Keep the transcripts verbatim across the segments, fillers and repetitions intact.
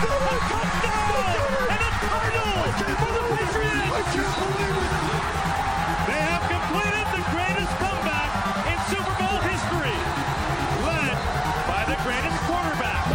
They have completed the greatest comeback in Super Bowl history, led by the greatest quarterback.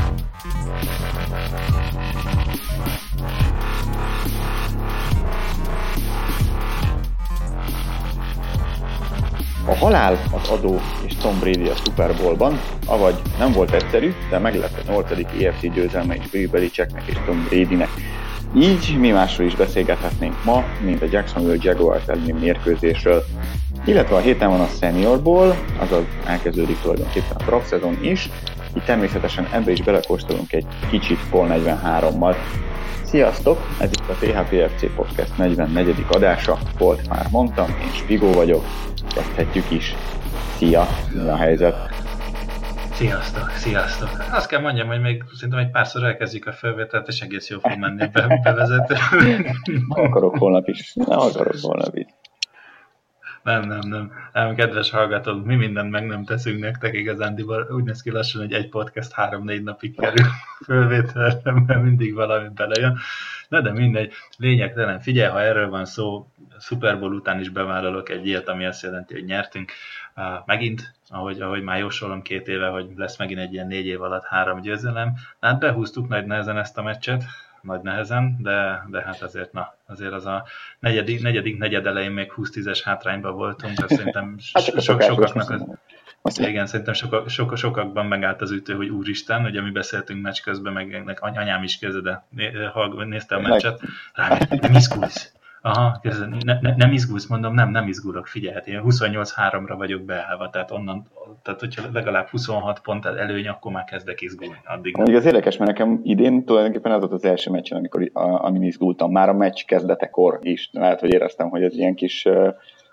A halál, az adó és Tom Brady a Super Bowlban, avagy nem volt egyszerű, de meglett a nyolcadik á ef cé győzelme is Bill Belichicknek és Tom Bradynek. Így mi másról is beszélgethetnénk ma, mint a Jacksonville Jaguars elleni mérkőzésről. Illetve a héten van a Senior Bowl, azaz elkezdődik tulajdonképpen a draft szezon is, így természetesen ebbe is belekóstolunk egy kicsit Pol negyvenhárommal. Sziasztok! Ez itt a té há pé ef cé Podcast negyvennegyedik adása, Polt már mondtam, én Spigó vagyok, kezdhetjük is. Szia! Mi a helyzet? Sziasztok, sziasztok! Azt kell mondjam, hogy még szerintem egy párszor elkezdjük a felvételt, és egész jól fog menni be, bevezető. Nem akarok holnap is, nem akarok holnap is. Nem, nem, nem. Nem, kedves hallgatók, mi mindent meg nem teszünk nektek igazándiból. Úgy néz ki lassan, hogy egy podcast három-négy napig kerül fölvételre, mert mindig valami belejön. Na de mindegy, lényegtelen. Figyelj, ha erről van szó, Super Bowl után is bevállalok egy ilyet, ami azt jelenti, hogy nyertünk. Uh, megint, ahogy, ahogy már jósolom két éve, hogy lesz megint egy ilyen négy év alatt három győzelem. Hát behúztuk nagy nehezen ezt a meccset, nagy nehezen, de, de hát azért, na, azért az a negyedik, negyedik negyed elején még húsz-tízes hátrányban voltunk, azt szerintem so, so, sokaknak az, az, igen, szerintem soka, soka, sokakban megállt az ütő, hogy úristen, ugye mi beszéltünk meccs közben, meg anyám is kezdve, de nézte a meccset, rám, nem izgulsz. Aha, ne, ne, nem izgulsz, mondom, nem, nem izgulok, figyelj, hát én huszonnyolc háromra vagyok beállva, tehát onnan, tehát hogyha legalább huszonhat pont előny, akkor már kezdek izgulni. Addig Mondjuk az érdekes, mert nekem idén tulajdonképpen az volt az első meccsen, amikor, a, amin izgultam, már a meccs kezdetekor is, lehet, hogy éreztem, hogy ez ilyen kis uh,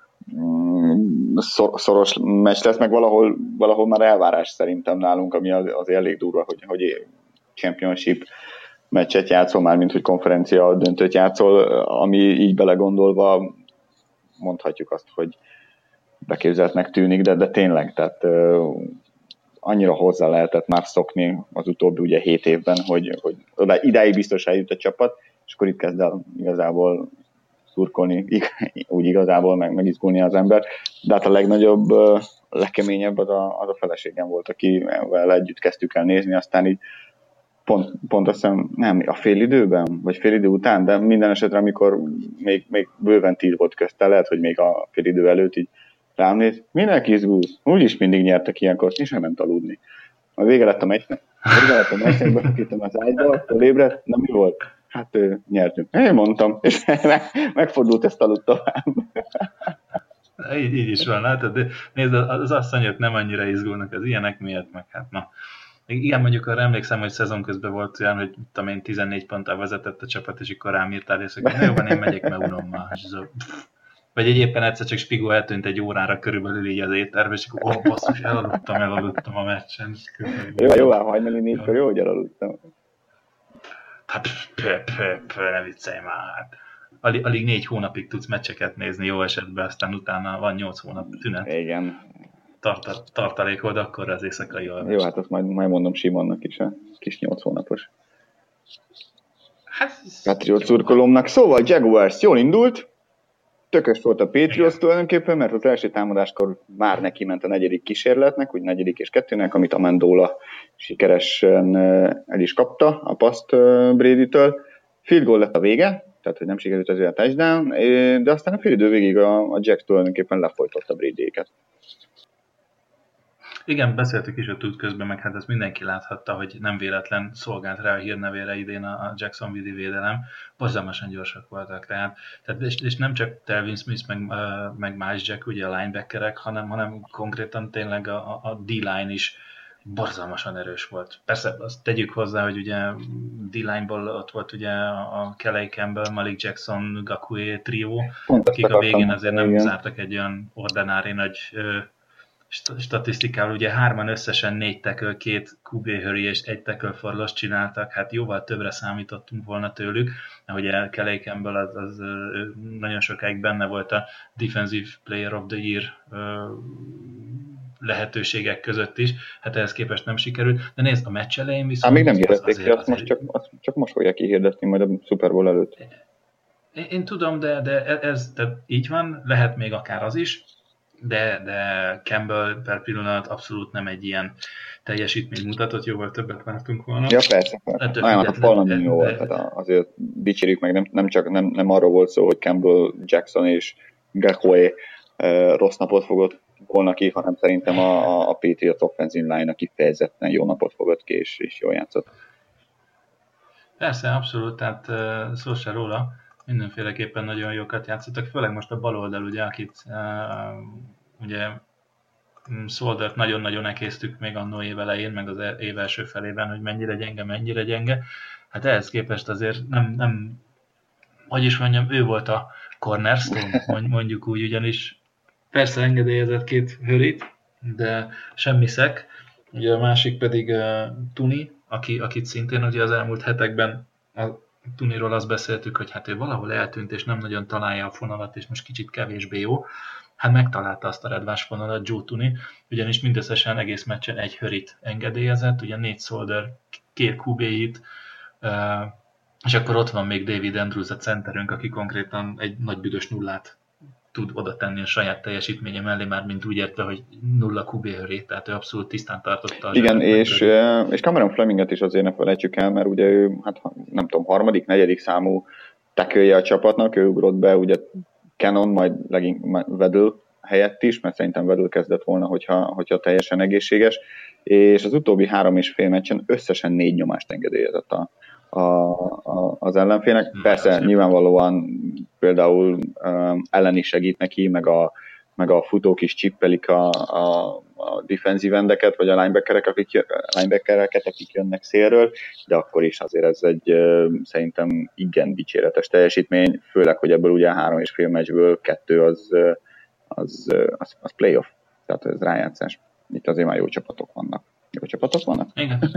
szor, szoros meccs lesz, meg valahol, valahol már elvárás szerintem nálunk, ami az, az elég durva, hogy, hogy championship meccset játszol már, mint hogy konferencia döntőt játszol, ami így belegondolva mondhatjuk azt, hogy beképzeltnek tűnik, de, de tényleg, tehát uh, annyira hozzá lehetett már szokni az utóbbi ugye hét évben, hogy, hogy idáig biztos eljut a csapat, és akkor itt kezd el igazából szurkolni, úgy igazából meg, megizgulni az ember, de hát a legnagyobb, uh, legkeményebb az a, az a feleségem volt, akivel együtt kezdtük el nézni, aztán így Pont, pont azt hiszem, nem, a fél időben, vagy fél idő után, de minden esetre, amikor még, még bőven tíz volt közte, lehet, hogy még a fél idő előtt így rám néz, minek izgulsz? Úgyis mindig nyertek ilyenkor, és elment aludni. A vége lett a meccsnek, a vége lett a meccsnek, beküldtem az ágyba, fölébredt, na mi volt? Hát nyertünk. Én mondtam, és megfordult, ezt aludt tovább. Így, így is van, látod, de nézd, az asszonyok nem annyira izgulnak az ilyenek miatt, meg hát na. Igen, mondjuk arra emlékszem, hogy szezon közben volt olyan, hogy tudom én, tizennégy ponttal vezetett a csapat, és akkor rám írtál, és hogy na jó van, én megyek, mert unom már. Vagy egy éppen egyszer csak Spigó eltűnt egy órára körülbelül így az étterbe, és akkor oh, basszus, elaludtam, elaludtam a meccsen. Jó, jó, ám hajnali négykor jó, hogy elaludtam. Hát pö, pö, pö, ne viccelj már. Alig, alig négy hónapig tudsz meccseket nézni jó esetben, aztán utána van nyolc hónap tünet. Igen. Tart, tartalékod akkor az éjszakai alvás. Jó, hát azt majd, majd mondom Simonnak is, a kis nyolc hónapos. Hát, Patriot szurkolómnak. Szóval Jaguars jól indult, tökös volt a Patriots tulajdonképpen, mert az első támadáskor már neki ment a negyedik kísérletnek, úgy negyedik és kettőnek, amit Amendola sikeresen el is kapta a paszt Brady-től. Field goal lett a vége, tehát hogy nem sikerült azért a touchdown, de aztán a fél idő végig a, a Jack tulajdonképpen lefolytotta Brady-éket. Igen, beszéltük is a tud közben, meg hát ezt mindenki láthatta, hogy nem véletlen szolgált rá a hírnevére idén a Jacksonville-i védelem. Borzalmasan gyorsak voltak, tehát, tehát és, és nem csak Telvin Smith, meg, meg más Jack, ugye a linebackerek, hanem, hanem konkrétan tényleg a, a D-line is borzalmasan erős volt. Persze azt tegyük hozzá, hogy ugye D-line-ból ott volt ugye a Kelly Campbell, Malik Jackson, Gakue trió, akik a végén azért nem igen. zártak egy olyan ordinári nagy statisztikával, ugye hárman összesen négy tackle, két Q B hurry és egy tackle for loss csináltak, hát jóval többre számítottunk volna tőlük, ahogy Kelly Campbell az, az nagyon sokáig benne volt a Defensive Player of the Year lehetőségek között is, hát ehhez képest nem sikerült, de nézd, a meccs elején viszont... Hát még nem hirdették az ki, azt most csak, azt csak most fogják kihirdetni majd a Super Bowl előtt. Én, én tudom, de, de ez de így van, lehet még akár az is, de, de Campbell per pillanat abszolút nem egy ilyen teljesítmény mutatott, jóval többet vártunk volna. Ja, persze. persze. Nagyon, a fal nagyon jó volt, tehát azért dicsérjük meg, nem, nem csak nem, nem arról volt szó, hogy Campbell, Jackson és Gakwe eh, rossz napot fogott volna ki, hanem szerintem a, a Patriots offensive line-a kifejezetten jó napot fogott ki, és, és jól játszott. Persze, abszolút, tehát uh, szó se róla, mindenféleképpen nagyon jókat játszottak, főleg most a bal oldal, ugye, akit uh, ugye Soldert nagyon-nagyon ekésztük még annó év elején, meg az év első felében, hogy mennyire gyenge, mennyire gyenge. Hát ehhez képest azért nem, nem hogy is mondjam, ő volt a cornerstone, mondjuk úgy, ugyanis persze engedélyezett két Hurryt, de semmi szek. Ugye a másik pedig uh, Tuni, aki, akit szintén ugye az elmúlt hetekben a Tuniról azt beszéltük, hogy hát ő valahol eltűnt, és nem nagyon találja a fonalat, és most kicsit kevésbé jó. Hát megtalálta azt a redvás fonalat Joe Tuni, ugyanis mindösszesen egész meccsen egy Hurryt engedélyezett, ugye négy Solder, két Q B-hit, uh, és akkor ott van még David Andrews a centerünk, aki konkrétan egy nagy büdös nullát tud oda tenni a saját teljesítménye mellé, már mint úgy értve, hogy nulla Q B Hurry, tehát ő abszolút tisztán tartotta. Igen, és, és Cameron Fleminget is azért ne felejtsük el, mert ugye ő, hát nem tudom, harmadik, negyedik számú tekője a csapatnak, ő ugrott be, ugye Cannon, majd legint Weddle helyett is, mert szerintem Weddle kezdett volna, hogyha, hogyha teljesen egészséges, és az utóbbi három és fél meccsen összesen négy nyomást engedélyezett a, a, a, az ellenfélnek. Persze nyilvánvalóan például um, ellen is segít neki, meg a, meg a futók is csippelik a, a, a defensive endeket, vagy a linebackerek, akik, linebackereket, akik jönnek szélről, de akkor is azért ez egy uh, szerintem igen dicséretes teljesítmény, főleg, hogy ebből ugye három és fél meccsből kettő az, az, az, az playoff, tehát ez rájátszás. Itt azért már jó csapatok vannak. Jó csapatok vannak? Igen.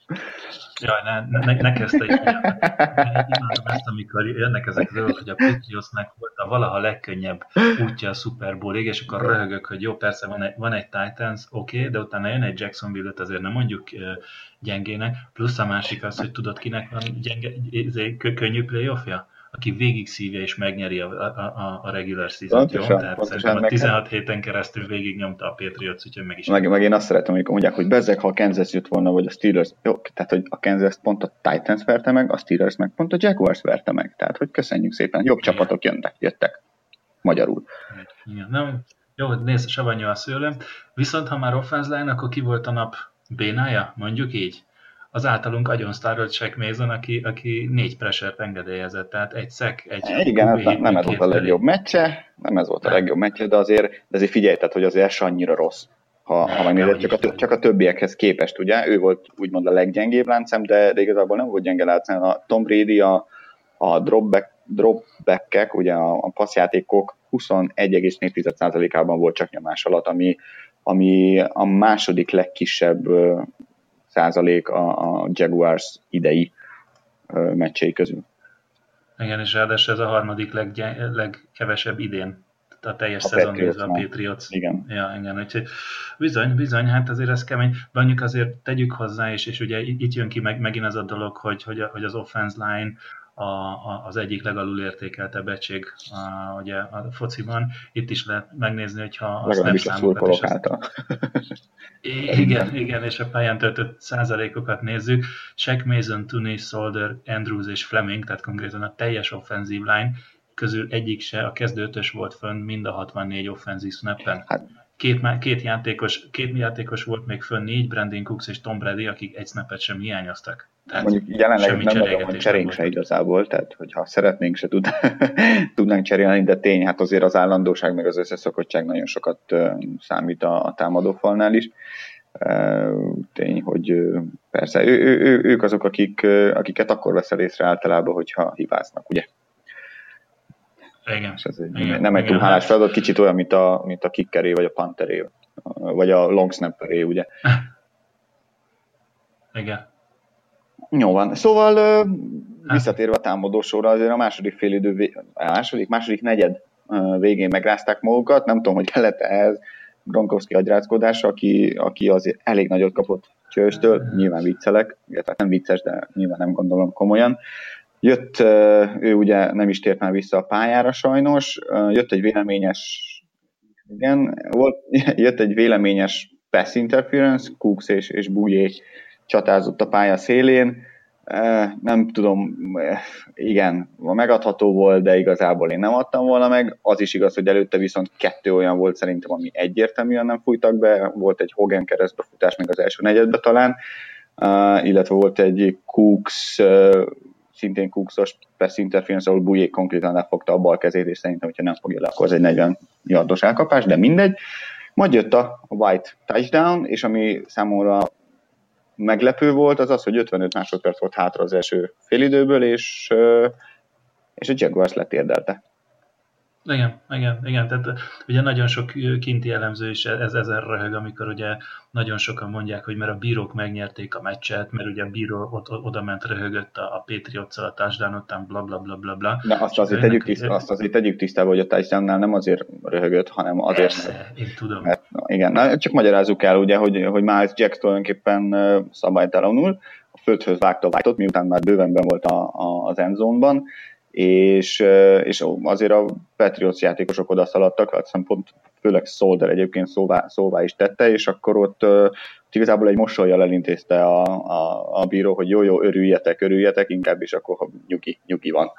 Jaj, ne, ne, ne kezdte is. Imádom ezt, amikor jönnek ezek dolgok, hogy a Patriotsnak volt a valaha legkönnyebb útja a Super Bowlig, és akkor röhögök, hogy jó, persze van egy, van egy Titans, oké, okay, de utána jön egy Jacksonville-t, azért nem mondjuk uh, gyengének, plusz a másik az, hogy tudod, kinek van gyenge, könnyű playoffja? Aki végig szívja és megnyeri a, a, a regular season-t, jó? Tehát szerintem a tizenhat héten keresztül végig nyomta a Patriots, úgyhogy meg is. Meg, meg én azt szeretem, amikor mondják, hogy bezzeg, ha a Kansas jött volna, vagy a Steelers, jó, tehát hogy a Kansas pont a Titans verte meg, a Steelers meg pont a Jaguars verte meg. Tehát, hogy köszönjük szépen, jobb igen. Csapatok jönnek, jöttek. Magyarul. Igen. Nem, jó, nézd, savanyú a szőlőm. Viszont ha már offense line, akkor ki volt a nap bénája, mondjuk így? Az általunk agyon sztárolt Shaq Mason, aki, aki négy pressure-t engedélyezett, tehát egy szek, egy... Igen, ez nem, nem ez volt a legjobb meccse, nem ez volt a legjobb meccse, de azért, de azért figyelj, tehát, hogy azért se annyira rossz, ha, ha megnézed, csak a, csak a többiekhez képest, ugye, ő volt úgymond a leggyengébb láncem, de, de igazából nem volt gyenge láncem, a Tom Brady, a, a dropback, dropback-ek, ugye a, a passzjátékok huszonegy egész négy százalékában volt csak nyomás alatt, ami, ami a második legkisebb százalék a, a Jaguars idei ö, meccsei közül. Igen, és ráadásul ez a harmadik leggy- legkevesebb idén, a teljes a szezon nézve a Patriots. Igen. Ja, igen, úgyhogy bizony, bizony, hát azért ez kemény. De mondjuk azért tegyük hozzá, és, és ugye itt jön ki meg, megint az a dolog, hogy, hogy, hogy az offense line a, a, az egyik legalul értékeltebb egység a, ugye a fociban. Itt is lehet megnézni, hogyha a snap számokat is... Igen, igen, és a pályán töltött százalékokat nézzük. Shaq Mason, Tuni, Solder, Andrews és Fleming, tehát konkrétan a teljes offensive line közül egyik se, a kezdő ötös volt fönn mind a hatvannégy offensive snappen. Két, két, játékos, két játékos volt még fönn, négy, Brandon Cooks és Tom Brady, akik egy snappet sem hiányoztak. Tehát mondjuk jelenleg nem nagyon, hogy cserénk se igazából, tehát hogyha szeretnénk se tud, tudnánk cserélni, de tény, hát azért az állandóság meg az összeszokottság nagyon sokat számít a, a támadófalnál is. Tény, hogy persze ő, ő, ő, ők azok, akik, akiket akkor veszel észre általában, hogyha hibáznak, ugye? Igen. És ez egy, igen. Nem egy túl hálás feladat, kicsit olyan, mint a, mint a kickeré, vagy a punteré, vagy a long snapperé, ugye? Igen. Jó van. Szóval visszatérve a támadósorra, azért a második félidő, a második, második negyed végén megrázták magukat, nem tudom, hogy kellett ehhez Gronkowski agyrázkódása, aki, aki azért elég nagyot kapott Csőstől, nyilván viccelek, illetve nem vicces, de nyilván nem gondolom komolyan. Jött, ő ugye nem is tért már vissza a pályára sajnos, jött egy véleményes, igen, volt, jött egy véleményes pass interference, Cooks és, és Bouye csatázott a pálya szélén. Nem tudom, igen, megadható volt, de igazából én nem adtam volna meg. Az is igaz, hogy előtte viszont kettő olyan volt szerintem, ami egyértelműen nem fújtak be. Volt egy Hogan keresztbefutás még az első negyedben talán, illetve volt egy Cooks, szintén Cooksos pass interference, ahol Bouye konkrétan lefogta a bal kezét, és szerintem, hogyha nem fogja le, akkor az egy negyven yardos elkapás, de mindegy. Majd jött a White touchdown, és ami számomra meglepő volt, az az, hogy ötvenöt másodperc volt hátra az első félidőből, és, és a Jaguars letérdelte. Igen, igen, igen, tehát ugye nagyon sok kinti elemző is ez, ezen röhög, amikor ugye nagyon sokan mondják, hogy mert a bírók megnyerték a meccset, mert ugye a bíró oda ment röhögött a, a Patriots-szal a touchdown után, bla bla bla bla bla. De azt azért, tegyük tisztá, azt azért tegyük tisztába, hogy a touchdownnál nem azért röhögött, hanem azért, persze, mert, én tudom. Mert, igen, na, csak magyarázzuk el, ugye, hogy, hogy Miles Jack tulajdonképpen szabálytalanul a földhöz vágta a White-ot, miután már bőven ben volt a, a, az endzone-ban, és, és azért a Patriots játékosok oda szaladtak, aztán pont főleg Solder egyébként szóvá, szóvá is tette, és akkor ott uh, igazából egy mosollyal elintézte a, a, a bíró, hogy jó, jó, örüljetek, örüljetek, inkább is akkor nyugi, nyugi van.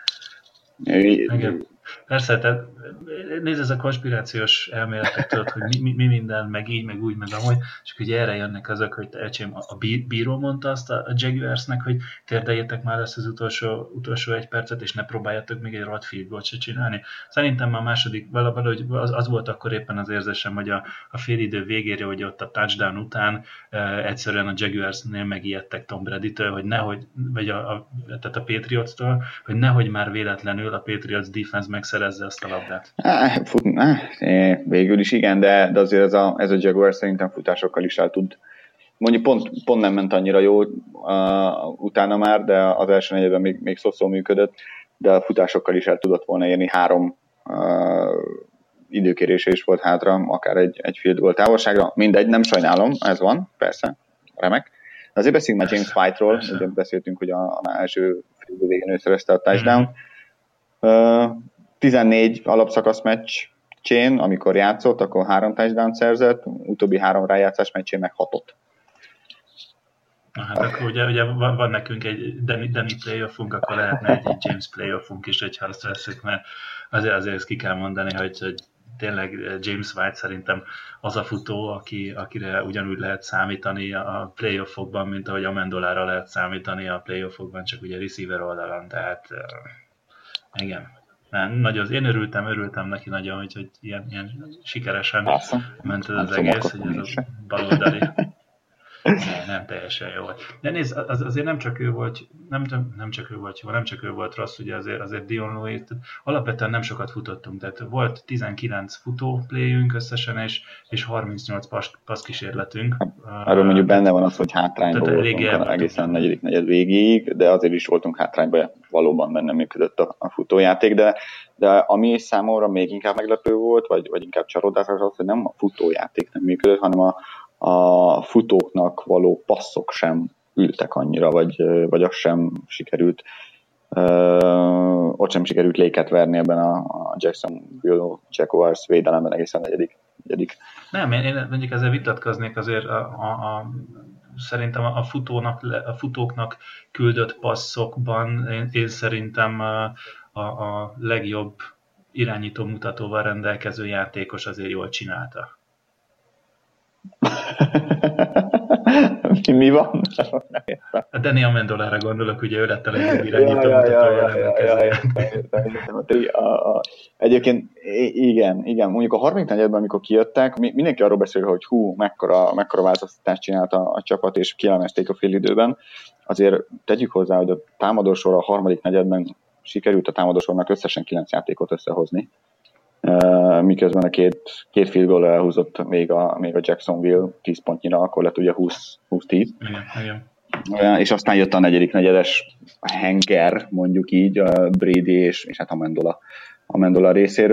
Igen. Persze, tehát nézd, ez a konspirációs elméletek, tudod, hogy mi, mi, mi minden, meg így, meg úgy, meg amúgy, és ugye erre jönnek azok, hogy te ecsém, a bíró mondta azt a Jaguarsnek, hogy térdeljétek már ezt az utolsó, utolsó egy percet, és ne próbáljátok még egy rod field goal se csinálni. Szerintem már a második, valahogy az, az volt akkor éppen az érzésem, hogy a, a félidő végére, hogy ott a touchdown után uh, egyszerűen a Jaguarsnél megijedtek Tom Brady-től, hogy nehogy, vagy a, a, tehát a Patriots-tól, hogy nehogy már véletlenül a Patriots defense megszerezze azt a labdát. Ah, fut, ah, végül is igen, de, de azért ez a, ez a Jaguar szerintem futásokkal is el tud. Mondjuk pont, pont nem ment annyira jó uh, utána már, de az első negyedben még, még szó működött, de a futásokkal is el tudott volna érni. Három uh, időkérése is volt hátra, akár egy, egy field goal távolságra. Mindegy, nem sajnálom, ez van, persze, remek. De azért beszéljünk már James White-ról, ugye beszéltünk, hogy a, a első fél végén ő szerezte a touchdown. Uh, tizennégy alapszakasz meccsén, amikor játszott, akkor három touchdown szerzett, utóbbi három rájátszás meccsén meg hatot. Hát akkor ugye, ugye van, van nekünk egy Demi, Demi playoffunk, akkor lehetne egy, egy James playoffunk is, hogyha azt veszük, mert azért, azért ezt ki kell mondani, hogy, hogy tényleg James White szerintem az a futó, aki, akire ugyanúgy lehet számítani a playoffokban, mint ahogy Amendolára lehet számítani a playoffokban, csak ugye receiver oldalon, tehát igen. Nem, nagyon, én örültem, örültem neki nagyon, hogy, hogy ilyen, ilyen sikeresen Persze. ment ez az nem egész, hogy ez a baloldali. Nem, nem teljesen jó volt. De nézd, az, azért nem csak ő volt, nem, nem csak ő volt jó, nem csak ő volt rossz, ugye azért, azért Dion Lewis, alapvetően nem sokat futottunk, tehát volt tizenkilenc futó playünk összesen, és, és harmincnyolc passz kísérletünk. Arról mondjuk benne van az, hogy hátrányban voltunk egészen negyedik negyed végéig, de azért is voltunk hátrányban, valóban benne működött a, a futójáték, de, de ami számomra még inkább meglepő volt, vagy, vagy inkább csalódás az, hogy nem a futójáték nem működött, hanem a a futóknak való passzok sem ültek annyira, vagy, vagy az sem sikerült, uh, ott sem sikerült léket verni ebben a, a Jacksonville Jaguars védelemben egészen negyedik. negyedik. Nem, én, én mondjuk ezzel vitatkoznék azért a, a, a szerintem a, futónak, a futóknak küldött passzokban én, én szerintem a, a, a legjobb irányító mutatóval rendelkező játékos azért jól csinálta. mi, mi van? A Danny Amendolára gondolok, ugye ő lett a legjobb irányító mutatóval rendelkező. Egyébként igen, igen, mondjuk a harmadik negyedben, amikor kijöttek, mindenki arról beszél, hogy hú, mekkora, mekkora változtatást csinált a, a csapat, és kielemezték a fél időben. Azért tegyük hozzá, hogy a támadósor a harmadik negyedben sikerült a támadósornak összesen kilenc játékot összehozni. Uh, miközben a két, két field goal elhúzott még a, még a Jacksonville tíz pontnyira, akkor lett ugye húsz tíz. Igen, igen. Uh, és aztán jött a negyedik negyedes henger, mondjuk így, uh, Brady és, és hát Amendola, Amendola részéről,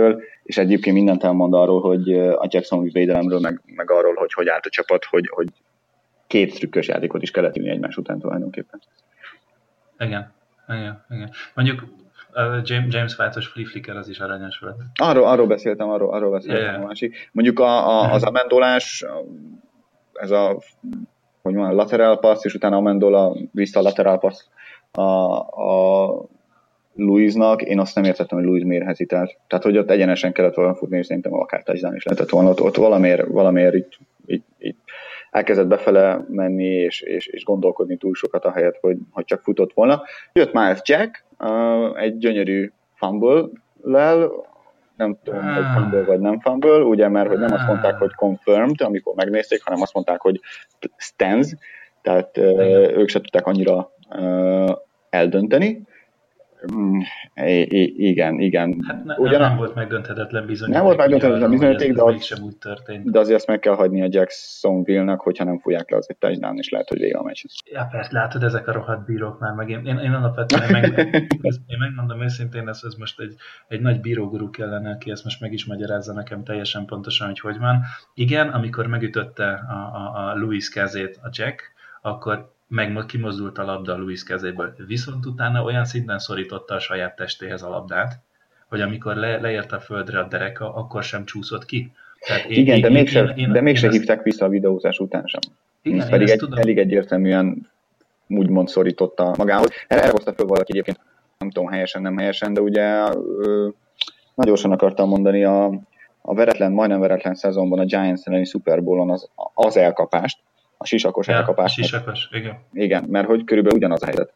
és egyébként mindent elmond arról, hogy a Jacksonville védelemről, meg, meg arról, hogy hogy állt a csapat, hogy, hogy két trükkös játékot is kellett ülni egymás után tulajdonképpen. Igen, igen, igen. Mondjuk a James White-os flea flicker az is aranyos volt. Arról, arról beszéltem, arról, arról beszéltem yeah. a másik. Mondjuk a, a, az amendolás, ez a, hogy mondjam, lateral pass, és utána amendola vissza a lateral pass a, a Luisnak, én azt nem értettem, hogy Luis miért hezitált. Tehát, hogy ott egyenesen kellett volna futni, és szerintem akár touchdown is lehetett volna. Ott, ott valamiért, valamiért így, így, így elkezdett befele menni, és, és, és gondolkodni túl sokat ahelyett, hogy, hogy csak futott volna. Jött Miles Jack, uh, egy gyönyörű fumble-lel, nem tudom, hogy fumble vagy nem fumble, ugye, mert hogy nem azt mondták, hogy confirmed, amikor megnézték, hanem azt mondták, hogy stands, tehát uh, ők se tudták annyira uh, eldönteni. Mm, I- igen, igen. Hát ne, Ugyan, nem volt megdönthetetlen bizonyíték. Nem volt megdönthetetlen bizonyíték, de, az, sem úgy történt. de azért azt meg kell hagyni a Jacksonville-nak, hogyha nem fújják le az egy touchdown, és lehet, hogy vége a meccs. Ja, persze, látod, ezek a rohadt bírók már meg. Én, én, én alapvetően meg, én megmondom őszintén, ez, ez most egy, egy nagy bírógurú kellene, aki ezt most meg is magyarázza nekem teljesen pontosan, hogy hogy van. Igen, amikor megütötte a, a, a Louis kezét a Jack, akkor meg kimozdult a labda a Louis kezéből. Viszont utána olyan szinten szorította a saját testéhez a labdát, hogy amikor le, leért a földre a dereka, akkor sem csúszott ki. Tehát én, igen, én, de mégsem én, én, de mégse én hívták ezt... vissza a videózás után sem. Igen, pedig egy, tudom. elég egyértelműen úgymond szorította magához. Erre hozta föl valaki egyébként, nem tudom helyesen, nem helyesen, de ugye ö, nagyon gyorsan akartam mondani a, a veretlen, majdnem veretlen szezonban a Giants elleni Super Bowl-on az, az elkapást, a sisakos ja, elkapás. A sisakos, igen. Igen, mert hogy körülbelül ugyanaz a helyzet.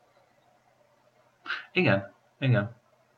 Igen, igen.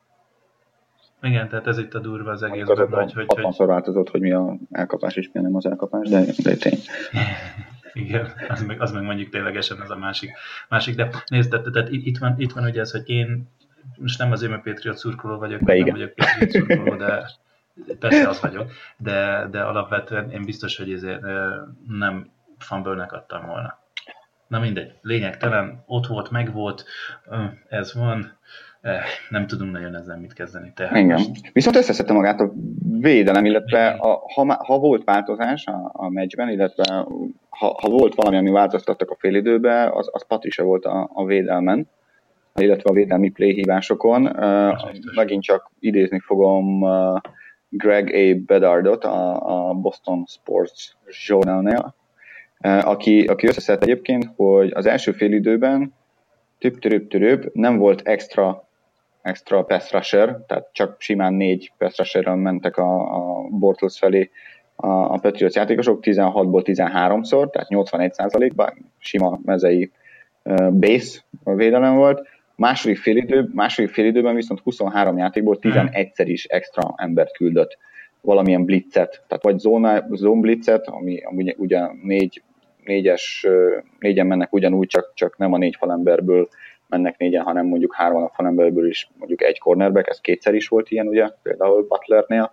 Igen, tehát ez itt a durva az egészben, hogy... hogy hatvanszor változott, hogy mi az elkapás és mi nem az elkapás, de, de tény. Igen, az meg, az meg mondjuk ténylegesen az a másik. másik de nézd, tehát, tehát itt, van, itt van ugye ez, hogy én most nem azért, mert Patriot szurkoló vagyok, vagy nem vagyok Patriot szurkoló, de persze az vagyok, de, de alapvetően én biztos, hogy ezért nem fumble-nek adtam volna. Na mindegy, lényegtelen, ott volt, meg volt, ez van, nem tudunk nagyon ezzel mit kezdeni. Tehát igen. Most... Viszont összeszedte magát a védelem, illetve a, ha, ha volt változás a, a meccsben, illetve ha, ha volt valami, ami változtattak a félidőben, az, az Patricia volt a, a védelmen, illetve a védelmi playhívásokon. Uh, megint csak idézni fogom uh, Greg A. Bedardot a, a Boston Sports Journal-nél, Aki, aki összeszedte egyébként, hogy az első fél időben több-több-több nem volt extra, extra pass rusher, tehát csak simán négy pass rusherrel mentek a, a Bortles felé a, a Patriots játékosok, tizenhatból tizenháromszor, tehát nyolcvanegy százalékban sima mezei uh, base védelem volt. Második fél, idő, második fél időben viszont huszonhárom játékból tizenegyszer is extra embert küldött valamilyen blitzet, tehát vagy zone, zone blitzet, ami, ami ugye négy négyes, négyen mennek ugyanúgy, csak, csak nem a négy falemberből mennek négyen, hanem mondjuk három a falemberből is mondjuk egy cornerback, ez kétszer is volt ilyen, ugye, például Butlernél.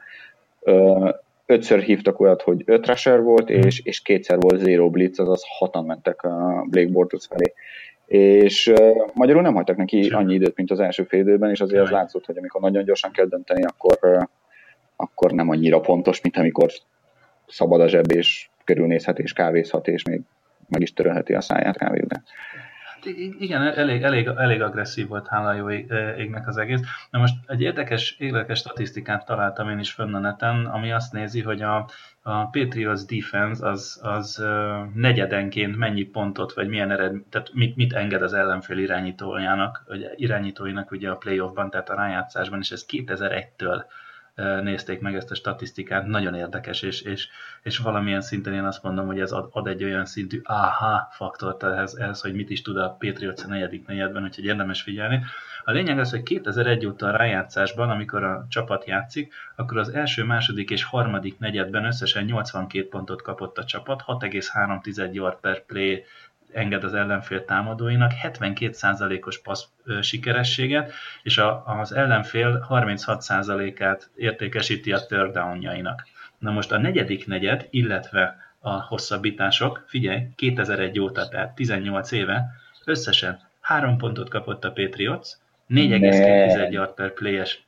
Ötször hívtak olyat, hogy öt rusher volt, és, és kétszer volt zero blitz, azaz hatan mentek a Blake Bortles felé. És uh, magyarul nem hagytak neki annyi időt, mint az első fél időben, és azért az látszott, hogy amikor nagyon gyorsan kell dönteni, akkor, uh, akkor nem annyira pontos, mint amikor szabad a zseb, és körülnézhet, és kávézhat, és még meg is törölheti a száját kávézre. Igen, elég, elég, elég agresszív volt, hála jó égnek az egész. Na most egy érdekes, érdekes statisztikát találtam én is fönn a neten, ami azt nézi, hogy a, a Patriots defense az, az negyedenként mennyi pontot, vagy milyen eredmény, tehát mit, mit enged az ellenfél irányítójának, vagy irányítóinak ugye a playoffban, tehát a rájátszásban, és ez kétezer-egytől nézték meg ezt a statisztikát, nagyon érdekes, és, és, és valamilyen szinten én azt mondom, hogy ez ad, ad egy olyan szintű aha faktort ehhez, ehhez, hogy mit is tud a Patriots a negyedik negyedben, úgyhogy érdemes figyelni. A lényeg az, hogy kétezer-egy óta a rájátszásban, amikor a csapat játszik, akkor az első, második és harmadik negyedben összesen nyolcvankét pontot kapott a csapat, hat egész három yard per play enged az ellenfél támadóinak, hetvenkét százalékos passz sikerességet, és a, az ellenfél harminchat százalékát értékesíti a third downjainak. Na most a negyedik negyed, illetve a hosszabbítások, figyelj, kétezer-egy óta, tehát tizennyolc éve, összesen három pontot kapott a Patriots, négy egész két yard per play-es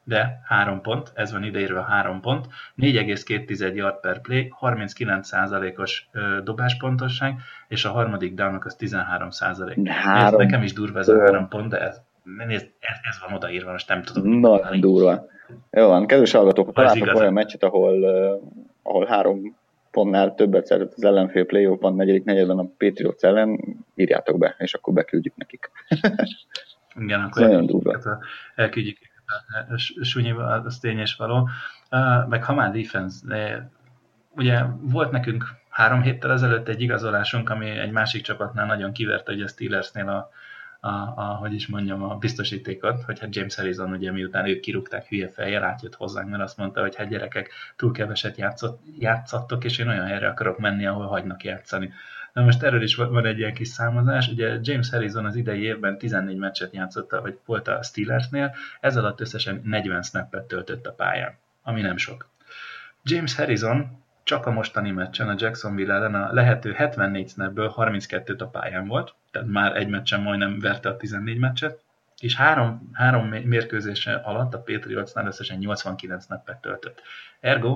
de három pont, ez van ideírva három pont, négy egész két yard per play, harminckilenc százalékos dobáspontosság, és a harmadik downok az tizenhárom százalék. Három. Nekem is durva ez a három pont, de ez, nézd, ez, ez van odaírva, most nem tudom. Nagyon durva. Jó van, kedves hallgatók, találtak olyan meccset, ahol, uh, ahol három pontnál többet szerzett az ellenfél playoffban, negyedik negyedben a Patriots ellen, írjátok be, és akkor beküldjük nekik. Igen, akkor elküldjük, elküldjük a sunyival, az tény és való. Uh, meg ha már defense, ugye volt nekünk három héttel ezelőtt egy igazolásunk, ami egy másik csapatnál nagyon kiverte, hogy a Steelersnél a, a, a, hogy is mondjam, a biztosítékot, hogy hát James Harrison, ugye miután ők kirúgták hülye fejjel, átjött hozzánk, mert azt mondta, hogy hát gyerekek, túl keveset játszott, játszattok, és én olyan helyre akarok menni, ahol hagynak játszani. Na most erről is van egy ilyen kis számozás, ugye James Harrison az idei évben tizennégy meccset játszott, vagy volt a Steelersnél, ez alatt összesen negyven snappet töltött a pályán, ami nem sok. James Harrison csak a mostani meccsen a Jacksonville ellen a lehető hetvennégy snapből harminckettőt a pályán volt, tehát már egy meccsen majdnem verte a tizennégy meccset, és három, három mérkőzése alatt a Patriotsnál összesen nyolcvankilenc snappet töltött. Ergo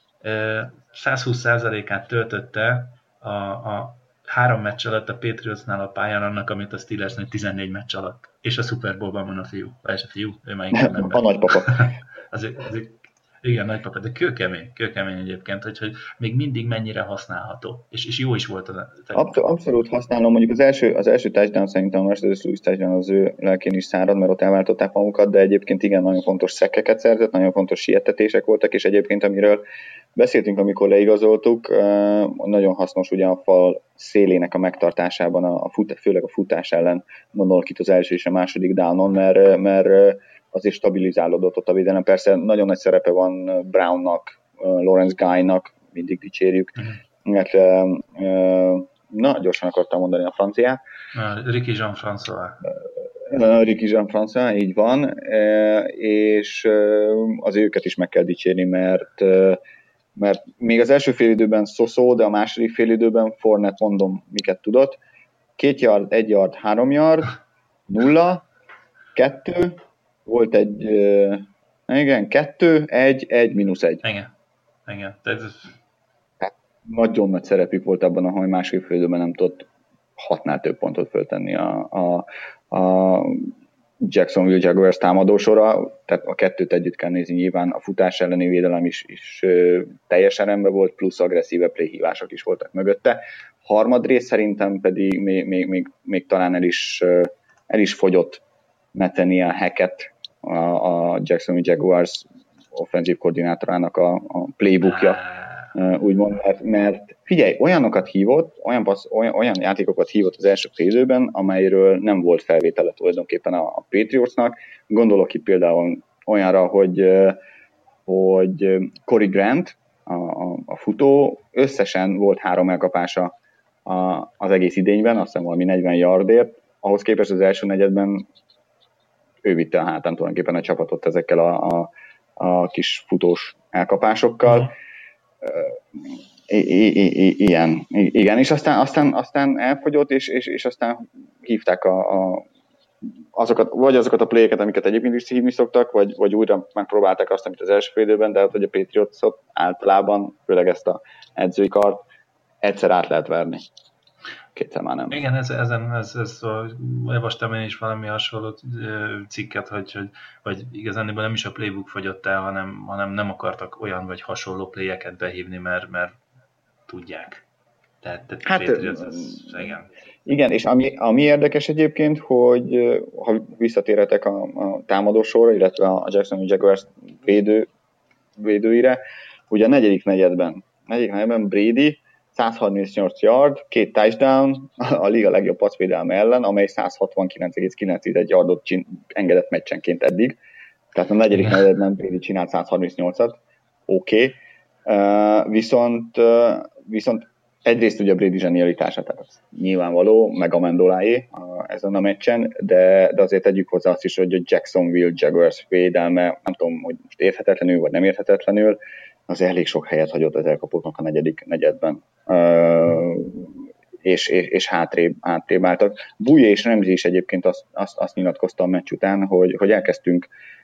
száz húsz százalékát töltötte a, a három meccs alatt a Patriotsnál a pályán annak, amit a Steelersnél tizennégy meccs alatt. És a Super Bowl-ban van a fiú. Vagy a fiú, ő már inkább nem. A nagypapa. azért, azért, igen, nagypapa, de kőkemény, kőkemény egyébként, hogy, hogy még mindig mennyire használható. És, és jó is volt az. Abszolút, abszolút használom. Mondjuk az első, az első touchdown szerintem a Mercedes Lewis touchdown az ő lelkén is szárad, mert ott elváltották magukat, de egyébként igen, nagyon fontos szekkeket szerzett, nagyon fontos sietetések voltak, és egyébként amiről beszéltünk, amikor leigazoltuk, nagyon hasznos ugye a fal szélének a megtartásában, a fut, főleg a futás ellen, gondolok itt az első és a második downon, mert, mert azért stabilizálódott ott a védelem. Persze nagyon nagy szerepe van Brownnak, Lawrence Guy-nak, mindig dicsérjük, mert na, gyorsan akartam mondani a franciát. Ricky Jean-François. Ricky Jean-François, így van, és az őket is meg kell dicsérni, mert mert még az első félidőben szó-szó, de a második félidőben Fournette, mondom, miket tudott. Két yard, egy yard, három yard, nulla, kettő, volt egy, uh, igen, kettő, egy, egy, mínusz egy. Igen, igen. Ez... Hát, nagyon nagy szerepük volt abban, ahol másik félidőben nem tudott hatnál több pontot föltenni a, a, a Jacksonville Jaguars támadósora, tehát a kettőt együtt kell nézni, nyilván a futás elleni védelem is, is ö, teljesen rendben volt, plusz agresszíve playhívások is voltak mögötte. Harmadrészt szerintem pedig még, még, még, még talán el is, ö, el is fogyott Nathaniel Hackett, a, a Jacksonville Jaguars offenzív koordinátorának a, a playbookja, úgymond, mert, mert figyelj, olyanokat hívott, olyan, passz, olyan, olyan játékokat hívott az első félidőben, amelyről nem volt felvétele tulajdonképpen a, a Patriotsnak. Gondolok itt például olyanra, hogy, hogy Corey Grant, a, a, a futó, összesen volt három elkapása a, az egész idényben, azt hiszem valami negyven yardért, ahhoz képest az első negyedben ő vitte a hátán tulajdonképpen a csapatot ezekkel a, a, a kis futós elkapásokkal. Uh-huh. I- I- I- ilyen, igen, és aztán, aztán, aztán elfogyott, és, és, és aztán hívták a, a, azokat, vagy azokat a playeket, amiket egyébként is hívni szoktak, vagy, vagy újra megpróbálták azt, amit az első fél időben, de hát, hogy a Patriotsot általában, főleg ezt a edzői kart, egyszer át lehet verni. Kétszer már nem. Igen, ez, ezen, ez, ez, olvastam én is valami hasonló cikket, hogy, hogy vagy igazán nem is a playbook fogyott el, hanem, hanem nem akartak olyan vagy hasonló playeket behívni, mert, mert tudják. Tehát, tehát hát, Patriots, ez, igen. Igen, és ami, ami érdekes egyébként, hogy ha visszatérhetek a, a támadósorra, illetve a Jacksonville Jaguars védő, védőire, ugye a negyedik negyedben, negyedik negyedben Brady száz harmincnyolc yard, két touchdown a liga legjobb passzvédelme ellen, amely száz hatvankilenc egész kilenc yardot csin- engedett meccsenként eddig. Tehát a negyedik negyedben Brady csinált száz harmincnyolcat, oké. Okay. Uh, viszont, uh, viszont egyrészt ugye a Brady zsenialitása, tehát az nyilvánvaló, meg a Mendoláé uh, ezen a meccsen, de, de azért tegyük hozzá azt is, hogy a Jacksonville Jaguars védelme, nem tudom, hogy most érthetetlenül, vagy nem érthetetlenül, az elég sok helyet hagyott az elkapóknak a negyedik negyedben, uh, és, és, és hátrébb, hátrébb álltak. Bújé és Ramsey is egyébként azt, azt, azt nyilatkozta a meccs után, hogy, hogy elkezdtünk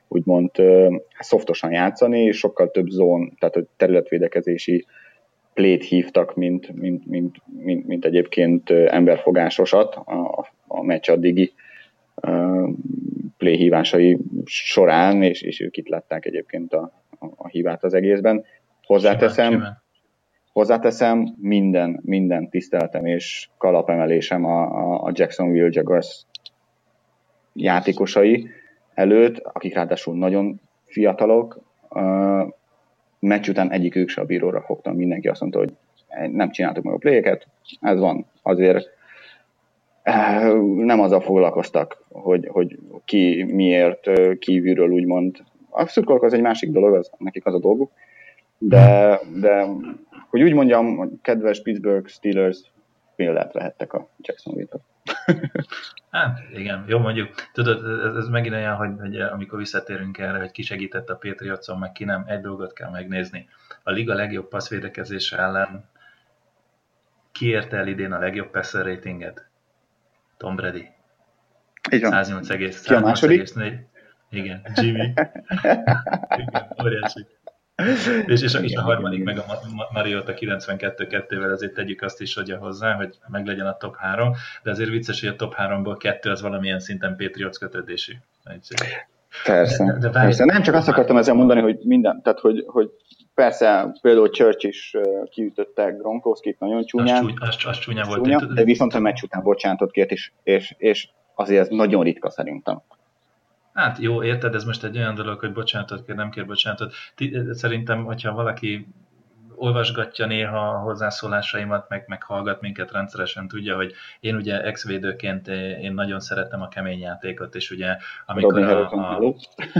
úgymond szoftosan játszani, és sokkal több zón, tehát a területvédekezési plét hívtak, mint, mint, mint, mint, mint egyébként emberfogásosat a, a meccs addigi uh, play hívásai során, és, és ők itt látták egyébként a, a, a hívát az egészben. Hozzáteszem, simán, simán. hozzáteszem minden, minden tiszteletem és kalapemelésem a, a Jacksonville Jaguars játékosai előtt, akik ráadásul nagyon fiatalok. Uh, meccs után egyikük se a bíróra fogtam, mindenki azt mondta, hogy nem csináltuk meg a playeket, ez van. Azért nem azzal foglalkoztak, hogy, hogy ki miért kívülről úgymond. A szurkolók az egy másik dolog, az, nekik az a dolguk, de, de hogy úgy mondjam, a kedves Pittsburgh Steelers példát vehettek a Jacksonville-től. Hát igen, jó mondjuk. Tudod, ez, ez megint olyan, hogy, hogy amikor visszatérünk erre, hogy ki segített a Patriotson, meg ki nem, egy dolgot kell megnézni. A liga legjobb passzvédekezése ellen ki érte el idén a legjobb passer ratinget? Tom Brady. száznyolc egész négy. Igen, Jimmy. Igen, óriási. És, és, és a harmadik meg a Mariota kilencvenkettő kettővel, azért tegyük azt is hogy hozzá, hogy meglegyen a top három, de azért vicces, hogy a top háromból kettő az valamilyen szinten Patriots kötődésű. Persze, de, de persze. Nem csak azt akartam ezzel mondani, hogy minden, tehát hogy, hogy persze például Church is kiütötte Gronkowskit nagyon csúnyán, az, az, az csúnya volt, csúnya, de viszont a meccs után bocsánatot kért, és, és, és azért ez nagyon ritka szerintem. Hát jó, érted, ez most egy olyan dolog, hogy bocsánatot kér, nem kér bocsánatot. Szerintem, hogyha valaki olvasgatja néha a hozzászólásaimat, meg, meg hallgat minket rendszeresen, tudja, hogy én ugye ex-védőként én nagyon szeretem a kemény játékot, és ugye amikor Rodney a, Harrison, a,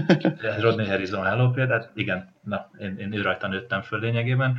a Rodney Harrison hello példát, igen, na, én, én ő rajta nőttem föl lényegében,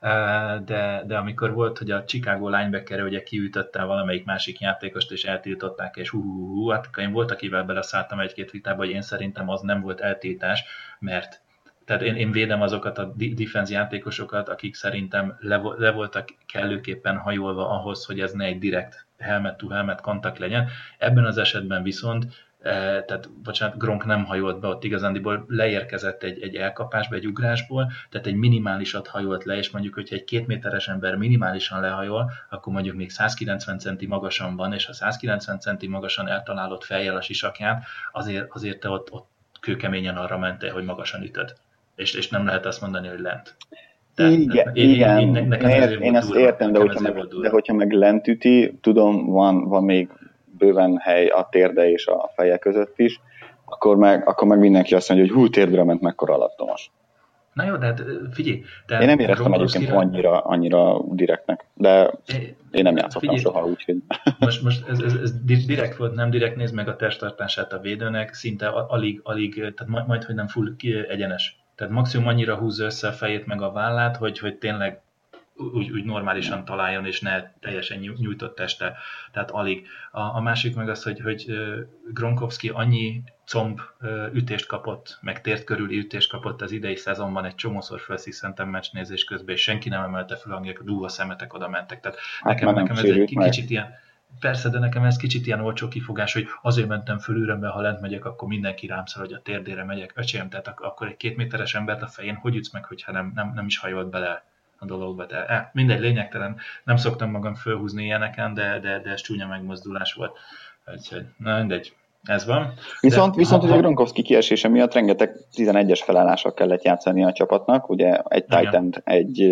de, de amikor volt, hogy a Chicago linebacker ugye kiütötte valamelyik másik játékost, és eltiltották, és hú, hú, hú, hát én volt, akivel beleszálltam egy-két vitába, hogy én szerintem az nem volt eltiltás, mert tehát én, én védem azokat a defense játékosokat, akik szerintem le, le voltak kellőképpen hajolva ahhoz, hogy ez ne egy direkt helmet-to-helmet kontakt legyen. Ebben az esetben viszont, eh, tehát bocsánat, Gronk nem hajolt be, ott igazándiból leérkezett egy, egy elkapásba, egy ugrásból, tehát egy minimálisat hajolt le, és mondjuk, hogyha egy két méteres ember minimálisan lehajol, akkor mondjuk még száz kilencven centi magasan van, és ha száz kilencven centi magasan eltalálod fejjel a sisakját, azért, azért te ott, ott kőkeményen arra mentél, hogy magasan ütöd. És, és nem lehet azt mondani, hogy lent. De igen, én, igen. Én, én, én, én ezt durva, értem, de hogyha, meg, de hogyha meg lent üti, tudom, van, van még bőven hely a térde és a feje között is, akkor meg, akkor meg mindenki azt mondja, hogy hú, térdre ment, mekkora alattomos. Na jó, de hát figyelj. De én nem éreztem egyébként annyira, annyira direktnek, de én nem játszottam soha, úgyhogy... Most, most ez, ez, ez direkt volt, nem direkt, nézd meg a testtartását a védőnek, szinte alig, alig tehát majd, majd hogy nem full egyenes. Tehát maximum annyira húzza össze a fejét meg a vállát, hogy, hogy tényleg úgy, úgy normálisan találjon, és ne teljesen nyújtott teste. Tehát alig. A, a másik meg az, hogy, hogy Gronkowski annyi comb ütést kapott, meg tért körüli ütést kapott az idei szezonban, egy csomószor felsziszentem meccsnézés közben, és senki nem emelte fel hangját, dúva szemetek oda mentek. Tehát hát nekem, nekem ez egy meg. kicsit ilyen... Persze, de nekem ez kicsit ilyen olcsó kifogás, hogy azért mentem föl ürömbe, ha lent megyek, akkor mindenki rám szól, hogy a térdére megyek. Öcsém, tehát akkor egy két méteres embert a fején hogy ütsz meg, hogyha nem, nem, nem is hajolt bele a dologba. De, eh, mindegy, lényegtelen. Nem szoktam magam fölhúzni ilyeneken, de, de, de ez csúnya megmozdulás volt. Úgyhogy, na mindegy, ez van. Viszont, de, viszont ha, ugye Gronkowski kiesése miatt rengeteg tizenegyes felállással kellett játszani a csapatnak, ugye egy tight end, egy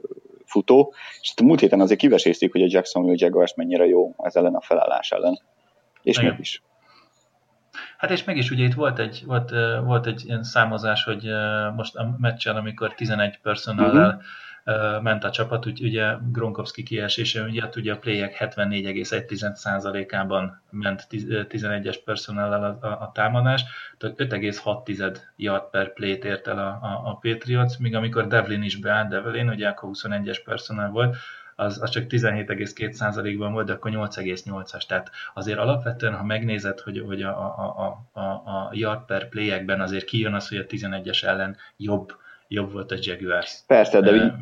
futó, és múlt héten azért kivesézték, hogy a Jacksonville Jaguars mennyire jó ez ellen a felállás ellen. És meg is. Hát és meg is ugye itt volt egy, volt, volt egy ilyen számozás, hogy most a meccsen, amikor tizenegy personallal uh-huh. ment a csapat, úgy, ugye Gronkowski kiesése miatt ugye a playek hetvennégy egész egy százalékában ment tizenegyes personallal a, a, a támadás, tehát öt egész hat yard per play-t ért el a, a, a Patriots, míg amikor Devlin is beállt, Devlin, ugye akkor huszonegyes personál volt, az, az csak tizenhét egész két százalékban volt, de akkor nyolc egész nyolcas. Tehát azért alapvetően, ha megnézed, hogy, hogy a, a, a, a yard per play-ekben azért kijön az, hogy a tizenegyes ellen jobb, jobb volt a Jaguars. Persze, de, uh,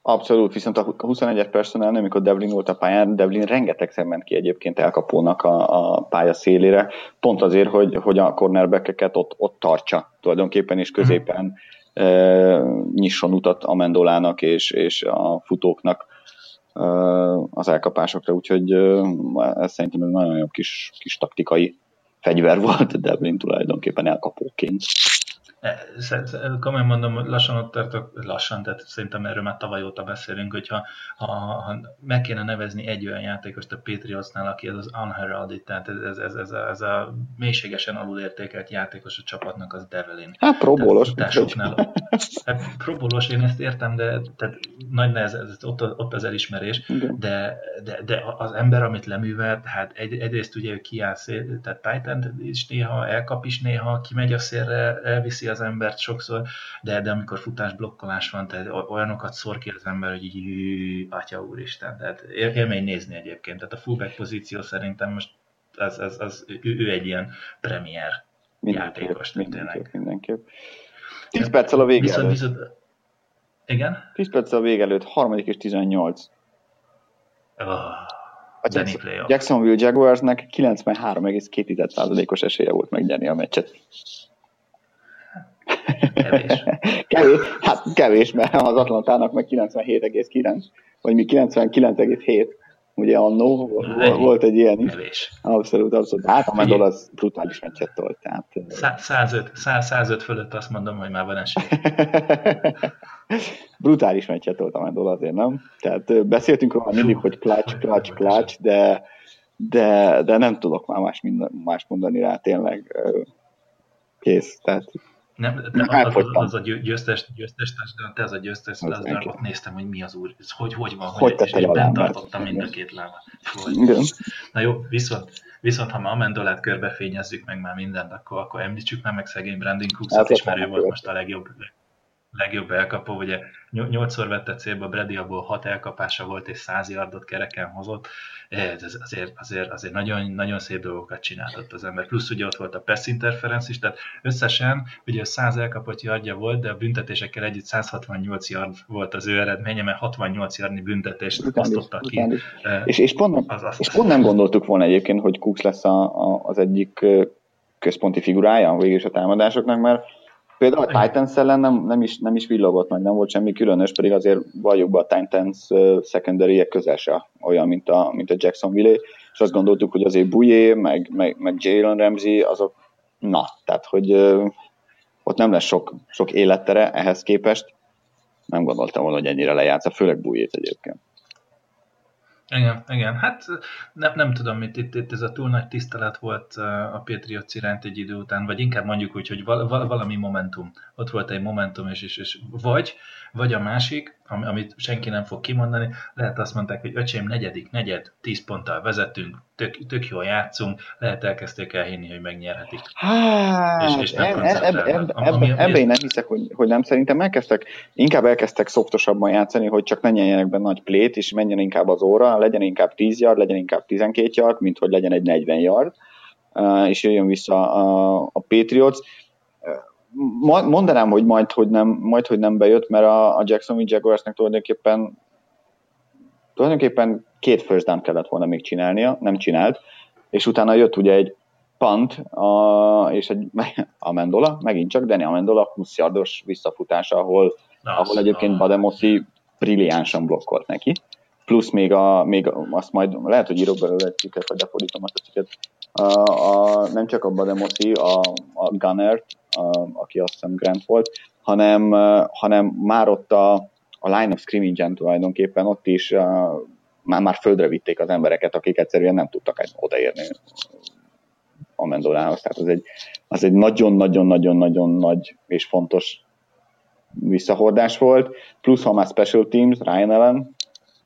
Abszolút, viszont a huszonegyes personál, amikor Devlin volt a pályán, Devlin rengetegszer ment ki egyébként elkapónak a, a pálya szélére, pont azért, hogy, hogy a cornerbackeket ott, ott tartsa tulajdonképpen, és középen e, nyisson utat Amendolának és, és a futóknak e, az elkapásokra, úgyhogy e, ez szerintem egy nagyon jobb kis, kis taktikai fegyver volt Devlin tulajdonképpen elkapóként. Komolyan mondom, hogy lassan ott tartok, lassan, tehát szerintem erről már tavaly óta beszélünk, hogyha ha, ha meg kéne nevezni egy olyan játékost a Patriotsnál, aki ez az unheralded, tehát ez, ez, ez, a, ez a mélységesen alulértékelt játékos a csapatnak, az Devlin. Hát próbólos. Hát próbólos, én ezt értem, de tehát nagy nehez, ez, ott, ott az elismerés, de, de, de az ember, amit leművelt, hát egy, egyrészt ugye kiáll szél, tehát Titan is néha, elkap is néha, kimegy a szélre, elviszi az embert sokszor, de, de amikor futás-blokkolás van, tehát olyanokat szor ki az ember, hogy így, atya úristen, tehát élmény nézni egyébként. Tehát a fullback pozíció szerintem most az, az, az, ő, ő egy ilyen premier mindenképp, játékos. Mindenképp, mindenképp. tíz perccel a vége előtt. Viszont, igen? tíz perccel a vége előtt, harmadik és tizennyolc. Oh, a Jackson, Jacksonville Jaguarsnek kilencvenhárom egész két százalékos esélye volt megnyerni a meccset. Kevés. kevés. Hát kevés, mert az Atlantának meg kilencvenhét egész kilenc, vagy mi kilencvenkilenc egész hét, ugye annó volt egy ilyen is. Kevés. Abszolút, abszolút. Hát a Mendol az brutális meccset tolt. Tehát... száz öt fölött azt mondom, hogy már van esély. Brutális meccset tolt a Mendol azért, nem? Tehát beszéltünk róla mindig, hogy clutch, clutch, clutch, de, de, de nem tudok már más, minden, más mondani rá, tényleg kész. Tehát nem, de az, az, az a győztes, győztes társadalom, te az a győztes társadalom, ott néztem, hogy mi az úr, ez hogy, hogy van, hogy, hogy és bent tartottam mind a két lábat. Na jó, viszont, viszont ha ma Amendolát körbefényezzük meg már mindent, akkor, akkor említsük már meg szegény Brandon Cooksot is, mert ő volt most a legjobb, legjobb elkapó, ugye nyolcszor vette célba, Brady abból hat elkapása volt, és száz yardot kereken hozott, ez azért, azért, azért nagyon, nagyon szép dolgokat csináltott az ember. Plusz ugye ott volt a pass interference is, tehát összesen ugye száz elkapott yardja volt, de a büntetésekkel együtt száz hatvannyolc yard volt az ő eredménye, mert hatvannyolc yardnyi büntetést osztottak ki. És, és, pont nem, az, az, és pont nem gondoltuk volna egyébként, hogy Cooks lesz a, a, az egyik központi figurája végül is a támadásoknak, mert például a Titans ellen nem, nem, is, nem is villogott meg, nem volt semmi különös, pedig azért valljuk be a Titans uh, secondary-je közel se olyan, mint a, mint a Jacksonville, és azt gondoltuk, hogy azért Bouye, meg, meg, meg Jalen Ramsey, azok, na, tehát, hogy uh, ott nem lesz sok, sok élettere ehhez képest, nem gondoltam volna, hogy ennyire lejátsza, főleg Bouye-t egyébként. Igen, igen, hát nem, nem tudom, mit itt, itt ez a túl nagy tisztelet volt a Patriots iránt egy idő után, vagy inkább mondjuk úgy, hogy val, val, valami momentum. Ott volt egy momentum, és, és, és vagy, vagy a másik, amit senki nem fog kimondani, lehet azt mondták, hogy öcsém, negyedik, negyed, tíz ponttal vezetünk, tök, tök jól játszunk, lehet elkezdték elhinni, hogy megnyerhetik. Hát, és, és nem ebben eb, eb, eb, eb, én nem hiszek, hogy, hogy nem, szerintem elkezdtek, inkább elkezdtek szoftosabban játszani, hogy csak ne nyeljenek be nagy plét, és menjen inkább az óra, legyen inkább tíz yard, legyen inkább tizenkét yard, mint hogy legyen egy negyven yard, és jöjjön vissza a, a Patriots. Mondanám, hogy majd, hogy nem, majd, hogy nem bejött, mert a, a Jacksonville Jaguarsnek tulajdonképpen tulajdonképpen két first down kellett volna még csinálnia, nem csinált, és utána jött ugye egy punt, a, és egy Amendola, megint csak Danny Amendola húsz yardos visszafutása, ahol, ahol egyébként Bademoszi brilliánsan blokkolt neki. Plusz még, a, még azt majd, lehet, hogy írok belőle egy cikket, vagy befordítom azt a cikket, a, a, nem csak a Bademoszi, a, a Gunner, a, aki azt hiszem Grant volt, hanem, hanem már ott a, a line of scrimmage-en tulajdonképpen ott is a, már, már földre vitték az embereket, akik egyszerűen nem tudtak odaérni Amendolához. Tehát az egy, az egy nagyon-nagyon-nagyon-nagyon nagy és fontos visszahordás volt. Plusz, ha már special teams, Ryan Allen.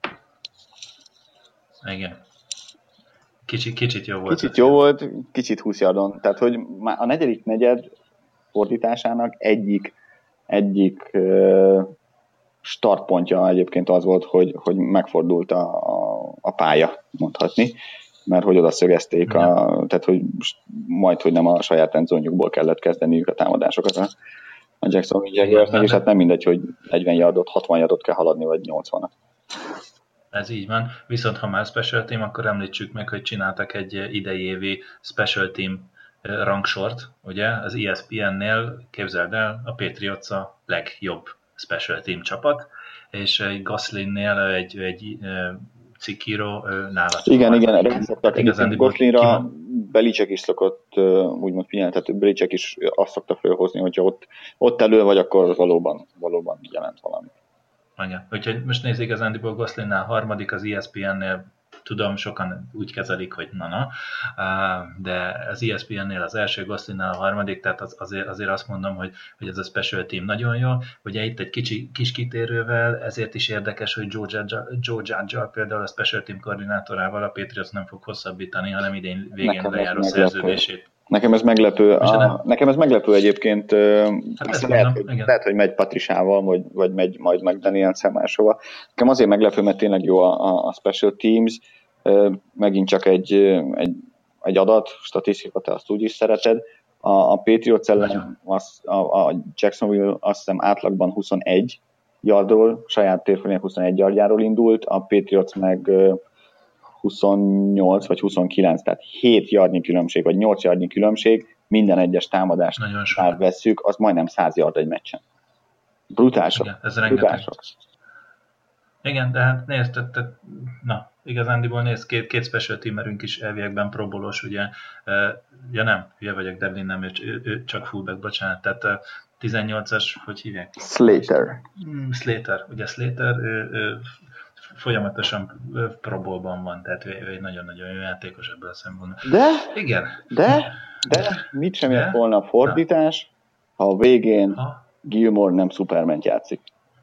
Igen. Kicsit, kicsit jó volt. Kicsit jó volt, kicsit húsz yardon. Tehát, hogy már a negyedik negyed fordításának egyik, egyik uh, startpontja egyébként az volt, hogy, hogy megfordult a, a, a pálya, mondhatni, mert hogy oda szögezték, a, tehát hogy majd, hogy nem a saját endzónjukból kellett kezdeniük a támadásokat a, a Jacksonville Jaguarsnek, és hát nem mindegy, hogy negyven yardot, hatvan yardot kell haladni, vagy nyolcvanat. Ez így van. Viszont ha már special team, akkor említsük meg, hogy csináltak egy idei évi special team rangsort, ugye? Az E S P N-nél, képzeld el, a Patriots a legjobb special team csapat, és egy Goslinnél egy, egy cikkíró nála. Igen, igen, erre szoktak. Igazán Goslinra Belichick is szokott úgymond figyelni, tehát Belichick is azt szokta fölhozni, hogyha ott, ott elő vagy, akkor valóban, valóban jelent valami. Anya. Úgyhogy most nézd, igazándiból Goslinnál harmadik, az E S P N-nél tudom, sokan úgy kezelik, hogy na-na, de az E S P N-nél az első, Goslinnál a harmadik, tehát az, azért, azért azt mondom, hogy, hogy ez a special team nagyon jó. Ugye itt egy kicsi, kis kitérővel, ezért is érdekes, hogy Joe Judge-al például a special team koordinátorával a Patriots nem fog hosszabbítani, hanem idén végén lejáró szerződését. Nekem ez meglepő. A, nekem ez meglepő egyébként. Hát lehet, mondom, hogy, lehet, hogy megy Patrisával, vagy, vagy megy majd meg Daniel-szel máshova. Nekem azért meglepő, mert tényleg jó a, a, a Special Teams. Megint csak egy, egy, egy adat, statisztika, te azt úgy is szereted. A, a Patriots ellen az, a, a Jacksonville azt hiszem átlagban huszonegy yardról, saját térfőnél huszonegy yardjáról indult, a Patriots meg huszonnyolc vagy huszonkilenc, tehát hét yardnyi különbség, vagy nyolc yardnyi különbség, minden egyes támadást már vesszük, az majdnem száz yard egy meccsen. Brutálsok. Igen, ez brutálsok. Igen, de hát nézd, te, te, na, igazándiból nézd, két, két special teamerünk is elviekben probolos, ugye, ja nem, hülye vagyok, Devlin nem, ő, ő, ő csak fullback, bocsánat, tehát tizennyolcas, hogy hívják? Slater. Hmm, Slater, ugye Slater, ő, ő folyamatosan Pro Bowl-ban van, tehát ő, ő egy nagyon-nagyon jó játékos ebből a szempontból. De, igen. de, de, mit sem ért volna a fordítás, ha a végén ha? Gilmore nem Superman játszik.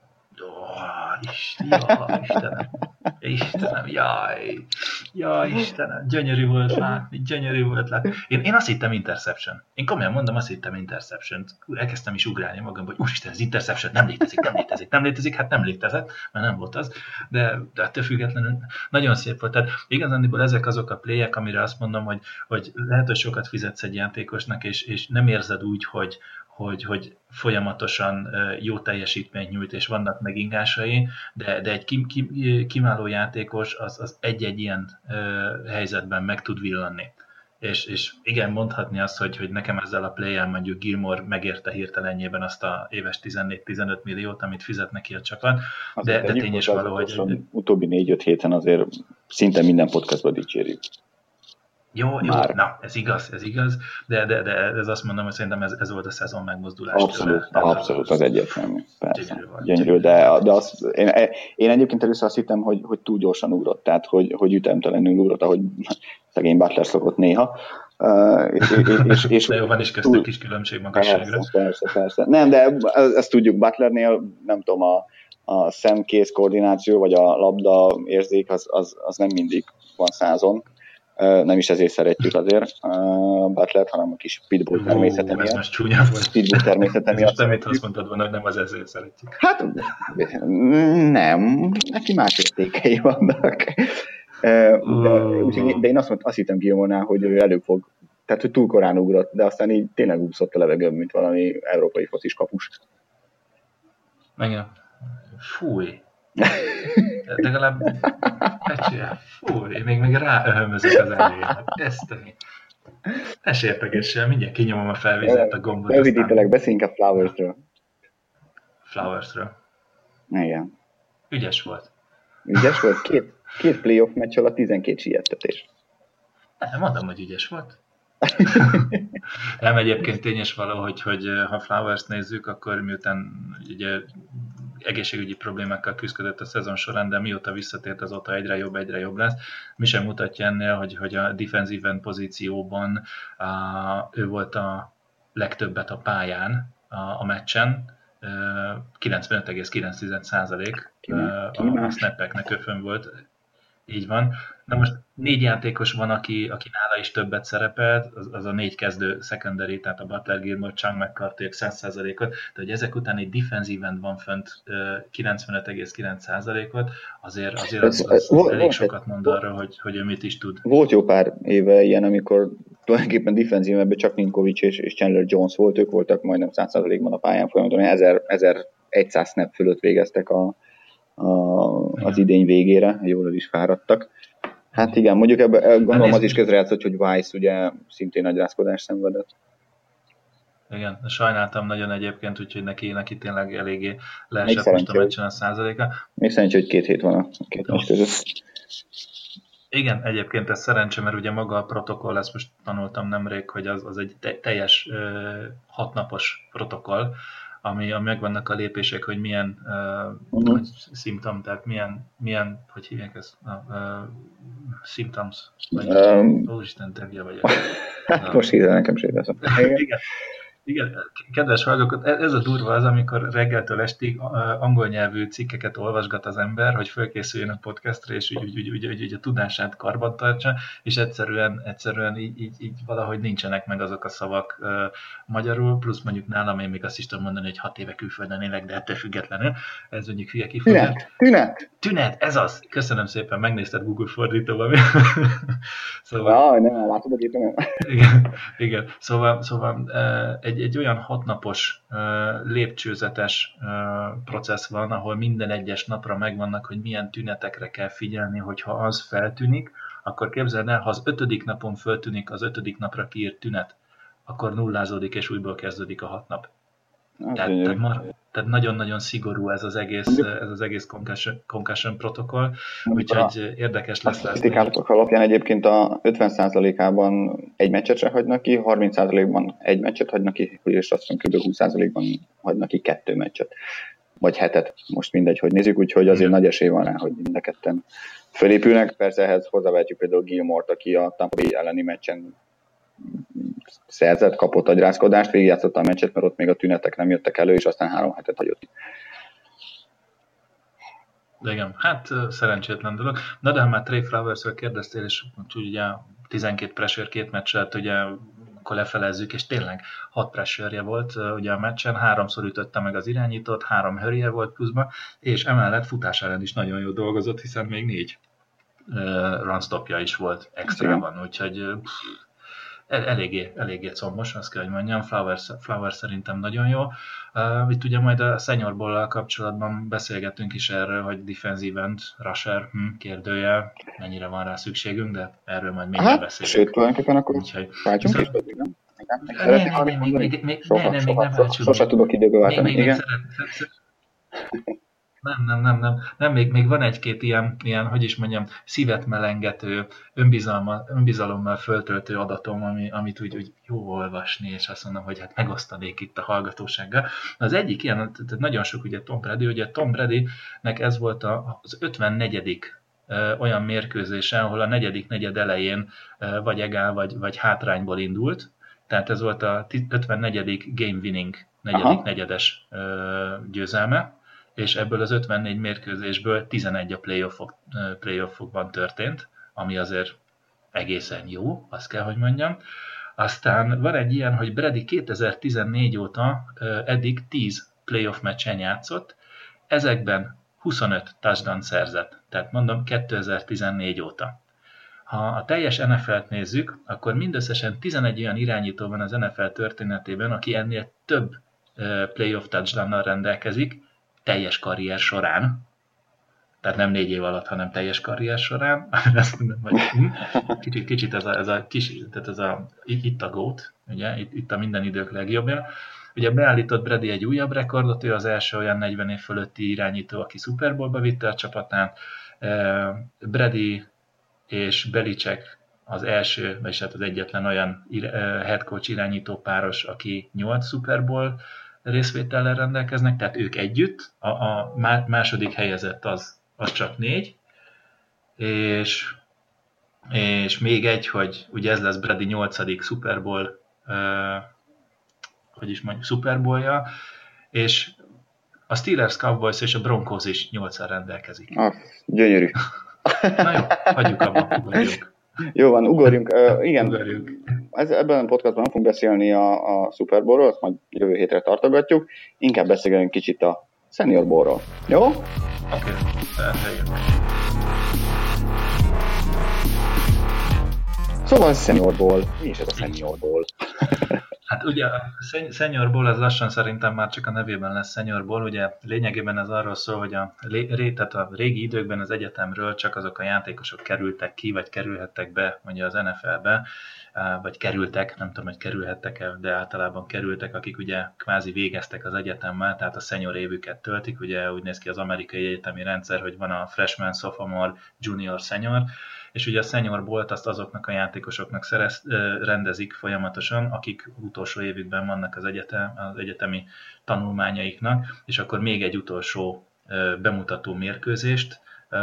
Oh, Isten, jaj, Istenem, Istenem, jaj, jaj, Istenem, gyönyörű volt látni, gyönyörű volt látni. Én, én azt hittem interception. Én komolyan mondom, azt hittem interception. Elkezdtem is ugrálni magam, hogy úristen, ez interception, nem létezik, nem létezik, nem létezik, hát nem létezett, mert nem volt az, de, de ettől függetlenül nagyon szép volt. Tehát igazándiból ezek azok a playek, amire azt mondom, hogy, hogy lehet, hogy sokat fizetsz egy játékosnak, és, és nem érzed úgy, hogy Hogy, hogy folyamatosan jó teljesítményt nyújt, és vannak megingásai, de, de egy kim, kim, kiváló játékos az, az egy-egy ilyen uh, helyzetben meg tud villanni. És, és igen, mondhatni azt, hogy, hogy nekem ezzel a play-el mondjuk Gilmore megérte hirtelenjében azt a éves tizennégy-tizenöt milliót, amit fizet neki a csapat, de, de tény is való, hogy... Utóbbi négy-öt héten azért szinte minden podcastban dicsérjük. Jó, jó, na, ez igaz, ez igaz, de, de, de ez azt mondom, hogy szerintem ez, ez volt a szezon megmozdulás. Abszolút, tőle, abszolút, az, az egyértelmű, persze, gyönyörű, volt, gyönyörű, de, de az, én, én egyébként először azt hittem, hogy, hogy túl gyorsan ugrott, tehát hogy, hogy ütemtelenül ugrott, ahogy szegény Butler szokott néha. Uh, és, és, és, de jó, van is köztük túl... kis különbség magasságra. Persze, persze, persze. Nem, de ezt tudjuk, Butlernél, nem tudom, a, a szemkész koordináció, vagy a labda érzék, az, az, az nem mindig van százon. Uh, nem is ezért szeretjük azért uh, Butler, hanem a kis pitbull természete miatt. Ez most csúnya volt. Pitbull természete miatt. Nem, mint azt mondtad volna, hogy nem az ezért szeretjük. Hát nem, neki más értékei vannak. Uh, de, uh. de én azt, azt hittem Gilmore-nál, hogy ő előbb fog, tehát hogy túl korán ugrott, de aztán így tényleg úszott a levegőn, mint valami európai focis kapus. Igen. Fúj. De legalább becsülj, fúj, még, még ráöhömözök az elején. Ezt a... Ne sértegessel, mindjárt kinyomom a felvizet a gombot. Rövidítelek, beszéljünk a Flowersről. Flowersről. Igen. Ügyes volt. Ügyes volt? Két, két playoff meccs alatt tizenkét siettetés. Nem, mondom, hogy ügyes volt. Nem, egyébként tényes való, hogy, hogy ha Flowers nézzük, akkor miután ugye egészségügyi problémákkal küzdött a szezon során, de mióta visszatért, azóta egyre jobb, egyre jobb lesz. Mi sem mutatja ennél, hogy, hogy a defensive end pozícióban a, ő volt a legtöbbet a pályán a, a meccsen, kilencvenöt egész kilenc százalék a, a snappeknek öfön volt. Így van. Na most négy játékos van, aki, aki nála is többet szerepelt, az, az a négy kezdő secondary, tehát a Butler, Gilmore, Chung, McCarthy száz százalékot, de hogy ezek után egy defensive end van fönt kilencvenöt egész kilenc százalékot, azért, azért az, az, az elég sokat mond arra, hogy, hogy ő mit is tud. Volt jó pár éve ilyen, amikor tulajdonképpen defensive endben csak Ninkovic és, és Chandler Jones volt, ők voltak majdnem száz százalékban a pályán folyamatosan, ezerszáz snap fölött végeztek a, a, az idény végére, jól el is fáradtak. Hát igen, mondjuk ebben gondolom az is közrejátszott, hogy Weiss ugye szintén nagy rázkodást szenvedett. Igen, sajnáltam nagyon egyébként, úgyhogy neki, neki tényleg eléggé leesett most a meccsen a százaléka. Még szerencsé, hogy két hét van a két meccs között. Igen, egyébként ez szerencsé, mert ugye maga a protokoll, ezt most tanultam nemrég, hogy az, az egy teljes hatnapos protokoll, ami, ami megvannak a lépések, hogy milyen uh, uh-huh. hogy szimptom, tehát milyen, milyen, hogy hívják ezt, uh, uh, symptoms, vagy um, Úristen, tevje vagyok. Hát most hívja, nekem sem lesz. Igen. Igen, kedves hallgatók, ez a durva az, amikor reggeltől estig angol nyelvű cikkeket olvasgat az ember, hogy fölkészüljön a podcastra, és úgy, úgy, úgy, úgy, úgy a tudását karbantartsa, és egyszerűen, egyszerűen így, így, így valahogy nincsenek meg azok a szavak uh, magyarul, plusz mondjuk nálam én még azt is tudom mondani, hogy hat éve külföldön élek, de ettől függetlenül, ez mondjuk hülye kifogás. Tünet, tünet! Tünet, ez az! Köszönöm szépen, megnézted Google fordítóban. szóval... Ja, nem, látod, hogy itt nem. Igen, igen. Szóval, szóval egy Egy, egy olyan hatnapos, lépcsőzetes processz van, ahol minden egyes napra megvannak, hogy milyen tünetekre kell figyelni, hogyha az feltűnik, akkor képzeld el, ha az ötödik napon feltűnik az ötödik napra kiírt tünet, akkor nullázódik és újból kezdődik a hat nap. Tehát, tehát, mar, tehát nagyon-nagyon szigorú ez az egész, ez az egész concussion, concussion protokoll, úgyhogy érdekes lesz. A statisztikálatok alapján egyébként a ötven százalékában egy meccset se hagynak ki, harminc százalékban egy meccset hagynak ki, és azt hiszem kb. húsz százalékban hagynak ki kettő meccset, vagy hetet, most mindegy, hogy nézzük, úgyhogy azért nagy esély van rá, hogy mind a ketten felépülnek. Persze ehhez hozzávetjük például Gilmore-t, aki a Tampa Bay elleni meccsen szerzett, kapott agyrázkodást, végigjátszotta a meccset, mert ott még a tünetek nem jöttek elő, és aztán három hetet hagyott. De igen, hát szerencsétlen dolog. Na de ha már Trey Flowers-ről kérdeztél, és ugye tizenkét pressure két meccset, ugye akkor lefelezzük, és tényleg hat pressure-je volt ugye a meccsen, háromszor ütötte meg az irányítót, három hurry-je volt pluszban, és emellett futás ellen is nagyon jól dolgozott, hiszen még négy uh, run-stopja is volt extrában, úgyhogy pff, eléggé, eléggé combos, azt kell, hogy mondjam. Flowers, Flowers szerintem nagyon jó. Uh, itt ugye majd a Senior Bowl-lal kapcsolatban beszélgettünk is erről, hogy defensive end, rusher, hm, kérdőjel, mennyire van rá szükségünk, de erről majd még hát, beszélünk. Sőt, tulajdonképpen akkor váltsunk is, pedig nem? Sose tudok időbe váltani. Igen? Nem, nem, nem, nem, nem még, még van egy-két ilyen, ilyen, hogy is mondjam, szívet melengető, önbizalommal föltöltő adatom, ami, amit úgy, úgy jó olvasni, és azt mondom, hogy hát megosztanék itt a hallgatósággal. Az egyik ilyen, tehát nagyon sok ugye Tom Brady, ugye Tom Bradynek ez volt az ötvennegyedik olyan mérkőzése, ahol a negyedik negyed elején vagy egál, vagy, vagy hátrányból indult, tehát ez volt a ötvennegyedik game winning negyedik Aha. negyedes győzelme, és ebből az ötvennégy mérkőzésből tizenegy a playoffok, playoffokban történt, ami azért egészen jó, azt kell, hogy mondjam. Aztán van egy ilyen, hogy Brady kétezer-tizennégy óta eddig tíz playoff meccsen játszott, ezekben huszonöt touchdown szerzett, tehát mondom kétezer-tizennégy óta. Ha a teljes en ef el-t nézzük, akkor mindösszesen tizenegy olyan irányító van az en ef el történetében, aki ennél több playoff touchdownnal rendelkezik, teljes karrier során, tehát nem négy év alatt, hanem teljes karrier során. Ezt mondom, hogy kicsit, kicsit ez a, ez a, kis, tehát ez a itt a GOAT, ugye, itt, itt a minden idők legjobbja. Ugye beállított Brady egy újabb rekordot, ő az első olyan negyven év fölötti irányító, aki Super Bowl-ba vitte a csapatát. Brady és Belichick az első, vagyis hát az egyetlen olyan head coach irányító páros, aki nyolc Super Bowl részvétellel rendelkeznek, tehát ők együtt, a, a második helyezett az, az csak négy, és, és még egy, hogy ugye ez lesz Brady nyolcadik Super Bowl, uh, hogy is mondjuk, Super Bowl-ja, és a Steelers, Cowboys és a Broncos is nyolccal rendelkezik. Ah, gyönyörű. Na jó, hagyjuk abba, ugorjunk. Jó van, ugorjunk. Uh, igen, ugorjunk. Ez, ebben a podcastban nem fogunk beszélni a, a Super Bowl-ról, azt majd jövő hétre tartogatjuk. Inkább beszélünk kicsit a Senior Bowl-ról. Jó? Oké, okay. Szóval a Senior Bowl. Mi is ez a Senior Bowl? Hát ugye a Senior Bowl az lassan szerintem már csak a nevében lesz Senior Bowl, ugye lényegében ez arról szól, hogy a, ré, tehát a régi időkben az egyetemről csak azok a játékosok kerültek ki, vagy kerülhettek be ugye az en ef el-be, vagy kerültek, nem tudom, hogy kerülhettek el, de általában kerültek, akik ugye kvázi végeztek az egyetemmel, tehát a senior évüket töltik, ugye úgy néz ki az amerikai egyetemi rendszer, hogy van a freshman, sophomore, junior, senior, és ugye a Senior Bowl-t azt azoknak a játékosoknak szerez, rendezik folyamatosan, akik utolsó évükben vannak az, egyetem, az egyetemi tanulmányaiknak, és akkor még egy utolsó bemutató mérkőzést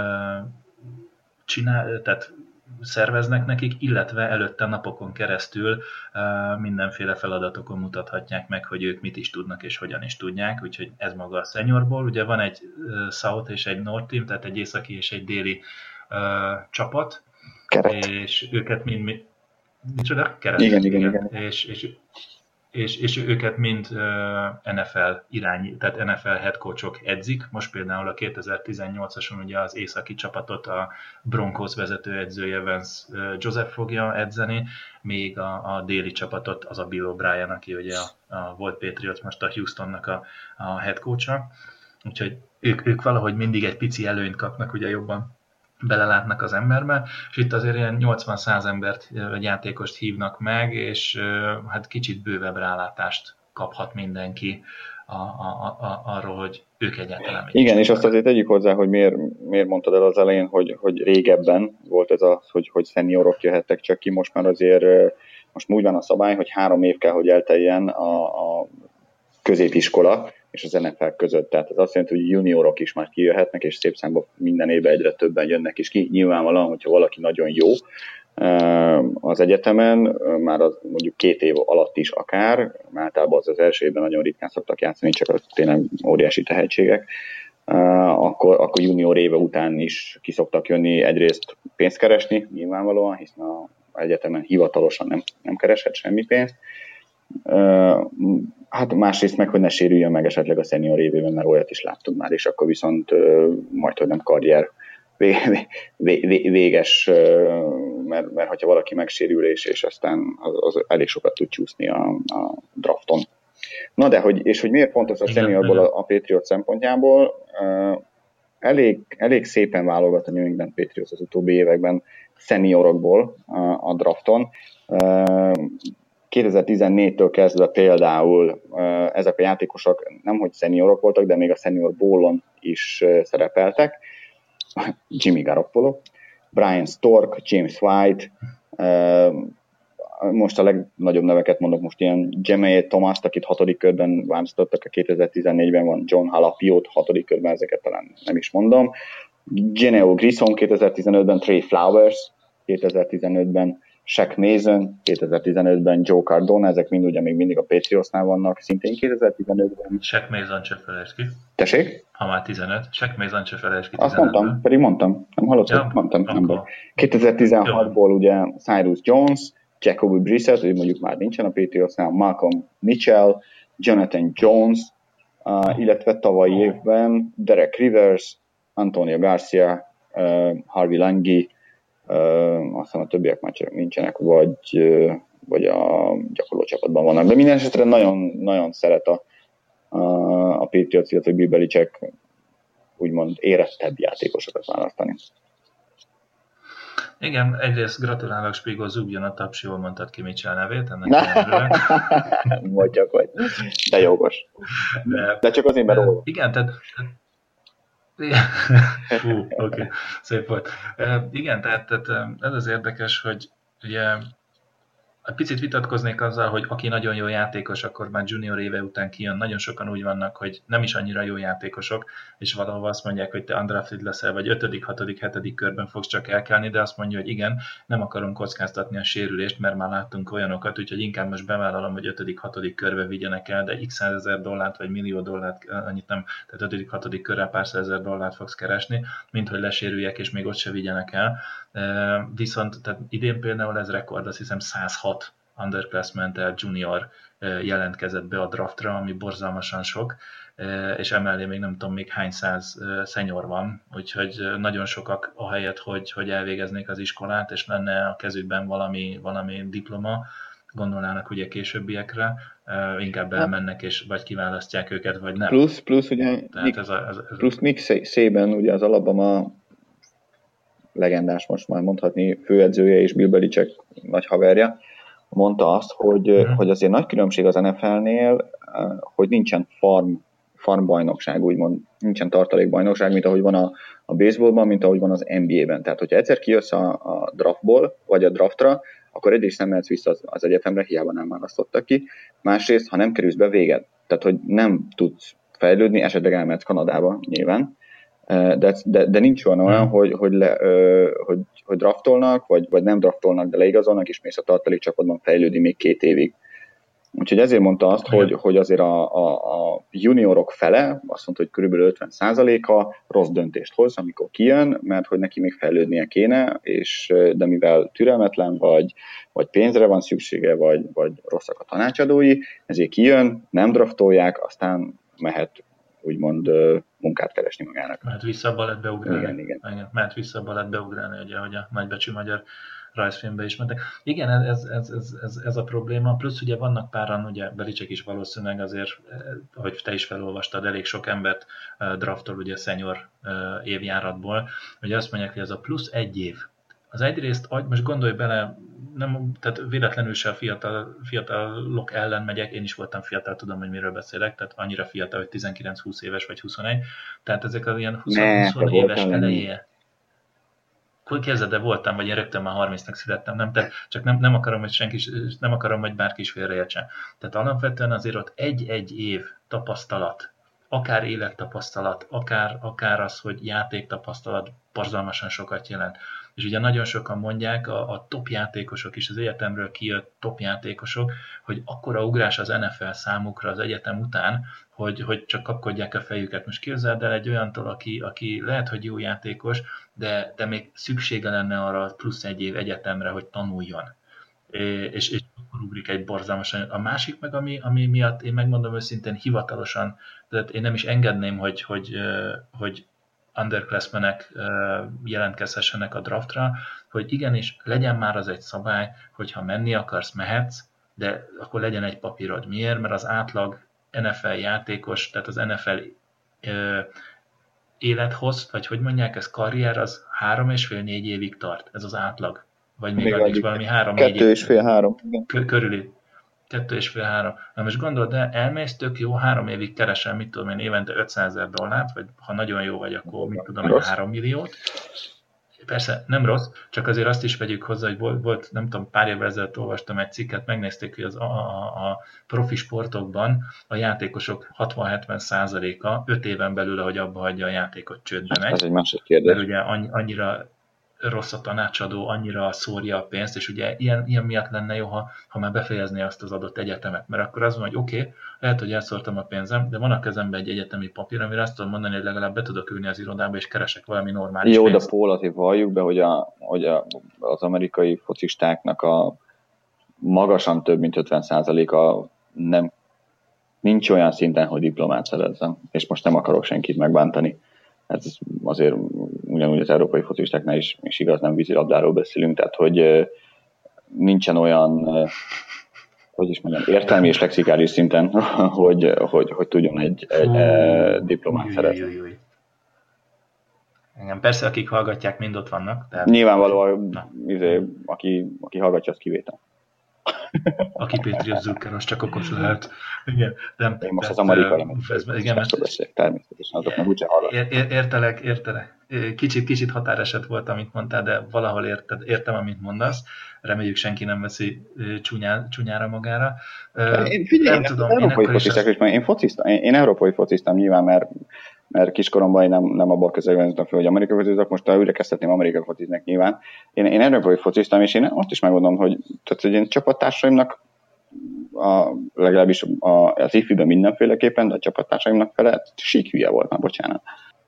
csinál, tehát szerveznek nekik, illetve előtte napokon keresztül mindenféle feladatokon mutathatják meg, hogy ők mit is tudnak és hogyan is tudják, úgyhogy ez maga a Senior Bowl. Ugye van egy South és egy North team, tehát egy északi és egy déli Uh, csapat, Keret. És őket mind, mind micsoda? Keret. Igen, igen, igen. igen. És, és, és, és őket mind uh, en ef el irányi, tehát en ef el head coachok edzik. Most például a kétezer-tizennyolcason ugye az északi csapatot a Broncos vezetőedzője Vance uh, Joseph fogja edzeni, még a, a déli csapatot az a Bill O'Brien, aki ugye a, a volt Patriots, most a Houstonnak a, a head coacha. Úgyhogy ők, ők valahogy mindig egy pici előnyt kapnak, ugye jobban belelátnak az emberbe, és itt azért ilyen nyolcvan-száz embert, vagy játékost hívnak meg, és hát kicsit bővebb rálátást kaphat mindenki a, a, a, arról, hogy ők egyáltalán mit. Igen, és azt azért tegyük hozzá, hogy miért, miért mondtad el az elején, hogy, hogy régebben volt ez az, hogy, hogy szeniorok jöhettek csak ki, most már azért, most úgy van a szabály, hogy három év kell, hogy elteljen a, a középiskola és az en ef el között. Tehát ez azt jelenti, hogy juniorok is már kijöhetnek, és szép számban minden évben egyre többen jönnek is ki. Nyilvánvalóan, hogyha valaki nagyon jó az egyetemen, már az mondjuk két év alatt is akár, általában az az első évben nagyon ritkán szoktak játszani, csak az tényleg óriási tehetségek, akkor, akkor junior éve után is ki szoktak jönni egyrészt pénzt keresni, nyilvánvalóan, hiszen az egyetemen hivatalosan nem, nem kereshet semmi pénzt. Hát másrészt meg, hogy ne sérüljön meg esetleg a szenior évében, mert olyat is láttunk már, és akkor viszont majd, hogy nem karrier véges, mert, mert hogyha valaki megsérül, és, és aztán az, az elég sokat tud csúszni a, a drafton. Na de, hogy, és hogy miért fontos a seniorból a, a Patriot szempontjából, elég, elég szépen válogat a New England Patriots az utóbbi években szeniorokból a, a drafton. kétezer-tizennégytől kezdve például ezek a játékosok nemhogy szeniorok voltak, de még a Senior Bowl-on is szerepeltek. Jimmy Garoppolo, Brian Stork, James White, most a legnagyobb neveket mondok, most ilyen Jemaye Thomas-t, akit hatodik körben választottak, a kétezer-tizennégyben van John Halapiót, hatodik körben, ezeket talán nem is mondom. Geneo Grissom kétezer-tizenötben, Trey Flowers kétezer-tizenötben, Shaq Mason, kétezer-tizenötben Joe Cardona, ezek mind ugye még mindig a Patriotsnál vannak, szintén kétezer-tizenötben. Shaq Mason se felejtsd ki. Tessék? Ha már tizenöt. Shaq Mason se felejtsd ki. Azt mondtam, pedig mondtam. Nem hallottad? Ja, mondtam. Nem kétezer-tizenhatból jó. Ugye Cyrus Jones, Jacoby Brissett, ő mondjuk már nincsen a Patriotsnál, Malcolm Mitchell, Jonathan Jones, uh, illetve tavalyi oh. évben Derek Rivers, Antonio Garcia, uh, Harvey Langi, Uh, aztán a többiek már csak nincsenek, vagy, uh, vagy a gyakorló csapatban vannak. De minden esetre nagyon, nagyon szeret a, a, a Patriots, illetve Bill Belichick úgymond érettebb játékosokat választani. Igen, egyrészt gratulálok, Spigol, zúgjon a taps, jól mondtad ki Mitchell nevét, ennek vagy csak vagy. De jogos. De, De csak azért, mert róla. Igen, tehát Fú, oké, okay. Szép volt. Uh, igen, tehát, tehát ez az érdekes, hogy ugye Picit vitatkoznék azzal, hogy aki nagyon jó játékos, akkor már junior éve után kijön. Nagyon sokan úgy vannak, hogy nem is annyira jó játékosok, és valahol azt mondják, hogy te undrafted leszel, vagy ötödik, hatodik, hetedik körben fogsz csak elkelni, de azt mondja, hogy igen, nem akarom kockáztatni a sérülést, mert már láttunk olyanokat, úgyhogy inkább most bevállalom, hogy ötödik, hatodik körbe vigyenek el, de x százezer dollárt, vagy millió dollárt, annyit nem, tehát ötödik, hatodik körrel pár százezer dollárt fogsz keresni, mint hogy lesérüljek, és még ott se vigyenek el. Viszont tehát idén például ez rekord, azt hiszem száz hat underclassmen junior jelentkezett be a draftra, ami borzalmasan sok, és emellé még nem tudom még hány száz senior van, úgyhogy nagyon sokak ahelyett, hogy, hogy elvégeznék az iskolát, és lenne a kezükben valami, valami diploma, gondolnának ugye későbbiekre, inkább elmennek, és vagy kiválasztják őket, vagy nem. Plusz, plusz ugye, Nick, ez a, ez a, plusz Nick Saban, ugye az Alabama legendás, most már mondhatni, főedzője és Bill Belichick nagy haverja, mondta azt, hogy, uh-huh. hogy azért nagy különbség az en ef el-nél, hogy nincsen farm, farm bajnokság, úgymond, nincsen tartalékbajnokság, mint ahogy van a, a baseballban, mint ahogy van az en bé á-ben. Tehát, hogyha egyszer kijössz a, a draftból, vagy a draftra, akkor egyrészt nem mehetsz vissza az, az egyetemre, hiába nem választottak ki. Másrészt, ha nem kerülsz be, véged. Tehát, hogy nem tudsz fejlődni, esetleg elmehetsz Kanadába, nyilván. De, de, de nincs olyan olyan, hogy, hogy, le, hogy, hogy draftolnak, vagy, vagy nem draftolnak, de leigazolnak, és mész a tartalék csapatban fejlődni még két évig. Úgyhogy ezért mondta azt, hogy, hogy azért a, a, a juniorok fele, azt mondta, hogy körülbelül ötven százaléka rossz döntést hoz, amikor kijön, mert hogy neki még fejlődnie kéne, és, de mivel türelmetlen, vagy, vagy pénzre van szüksége, vagy, vagy rosszak a tanácsadói, ezért kijön, nem draftolják, aztán mehet úgymond munkát keresni magának. Mehet vissza a balett beugrálni. Igen, igen. igen. Mehet vissza a balett beugrálni, ugye, hogy a nagybecsű magyar rajzfilmbe is mentek. Igen, ez, ez, ez, ez, ez a probléma. Plusz ugye vannak páran, ugye Belichick is valószínűleg azért, hogy te is felolvastad, elég sok embert draftol ugye senior évjáratból. Ugye azt mondják, hogy ez a plusz egy év. Az egyrészt, most gondolj bele, nem, tehát véletlenül se a fiatal, fiatalok ellen megyek, én is voltam fiatal, tudom, hogy miről beszélek, tehát annyira fiatal, hogy tizenkilenc-húsz éves vagy huszonegy, tehát ezek az ilyen húsz, ne, húsz éves eleje. Képzeld, de voltam, vagy én rögtön már harmincnak születtem, nem, tehát csak nem, nem akarom, hogy senki, nem akarom, hogy bárki is félreértsen. Tehát alapvetően azért ott egy-egy év tapasztalat, akár élettapasztalat, akár, akár az, hogy játéktapasztalat borzalmasan sokat jelent. És ugye nagyon sokan mondják, a, a top játékosok is, az egyetemről kijött top játékosok, hogy akkora ugrás az en ef el számukra az egyetem után, hogy, hogy csak kapkodják a fejüket. Most képzeld el egy olyantól, aki, aki lehet, hogy jó játékos, de, de még szüksége lenne arra plusz egy év egyetemre, hogy tanuljon. És, és akkor ugrik egy borzalmasan. A másik meg, ami, ami miatt én megmondom őszintén hivatalosan, tehát én nem is engedném, hogy, hogy, hogy underclassmenek jelentkezhessenek a draftra, hogy igenis legyen már az egy szabály, hogy ha menni akarsz, mehetsz, de akkor legyen egy papírod. Miért? Mert az átlag en ef el játékos, tehát az en ef el élethoz, vagy hogy mondják, ez karrier, az három és fél négy évig tart. Ez az átlag. Vagy még, még addig valami három négy Kettő és fél három. Körüli. Kettő és fél három. Na most gondold, de elmész, tök jó, három évig keresel, mit tudom én, évente ötszázezer dollárt, vagy ha nagyon jó vagy, akkor mit tudom én, három milliót. Persze nem rossz, csak azért azt is vegyük hozzá, hogy volt, volt nem tudom, pár évvel ezelőtt olvastam egy cikket, megnézték, hogy az a, a, a profi sportokban a játékosok hatvan-hetven százaléka öt éven belül, ahogy abba hagyja a játékot, csődbe megy. Ez egy másik kérdés. Mert ugye annyira rossz a tanácsadó, annyira szórja a pénzt, és ugye ilyen, ilyen miatt lenne jó, ha, ha már befejezné azt az adott egyetemet, mert akkor az van, hogy oké, okay, lehet, hogy elszórtam a pénzem, de van a kezemben egy egyetemi papír, amire azt tudom mondani, hogy legalább be tudok ülni az irodába, és keresek valami normális jó, pénzt. De Paul, azért valljuk be, hogy, a, hogy a, az amerikai focistáknak a magasan több mint ötven százaléka nem, nincs olyan szinten, hogy diplomát szerezzen, és most nem akarok senkit megbántani. Ez azért ugyanúgy az európai focistáknál is, is igaz, nem vízilabdáról beszélünk, tehát hogy nincsen olyan, hogy is mondjam, értelmi és lexikális szinten, hogy, hogy, hogy tudjon egy, egy uh, diplomát uj, szerezni. Uj, uj. Engem persze, akik hallgatják, mind ott vannak. Tehát... Nyilvánvalóan, izé, aki, aki hallgatja, az kivétel. Aki Pétrius Zucker, az csak okos lehet. Igen, nem, én most az amerikai uh, igen, mert beszélek, természetesen, azok meg úgyse hallgatnak. Ér, értelek, értelek. Kicsit, kicsit határeset volt, amit mondtál, de valahol érted, értem, amit mondasz. reméljük senki nem veszi csúnyá, csúnyára magára. Én, figyelj, nem én tudom, európai én fociztam, is... én, fociztam, én, én európai fociztam nyilván, mert, mert kiskoromban én nem, nem abban a közegben jutottam fel, hogy amerikai fociztak, most újra kezdhetném amerikai fociznek nyilván. Én, én európai fociztam, és én azt is megmondom, hogy, tehát, hogy én csapattársaimnak a, legalábbis a, az ifiben mindenféleképpen, de a csapattársaimnak fele sík hülye volt, már bocsánat.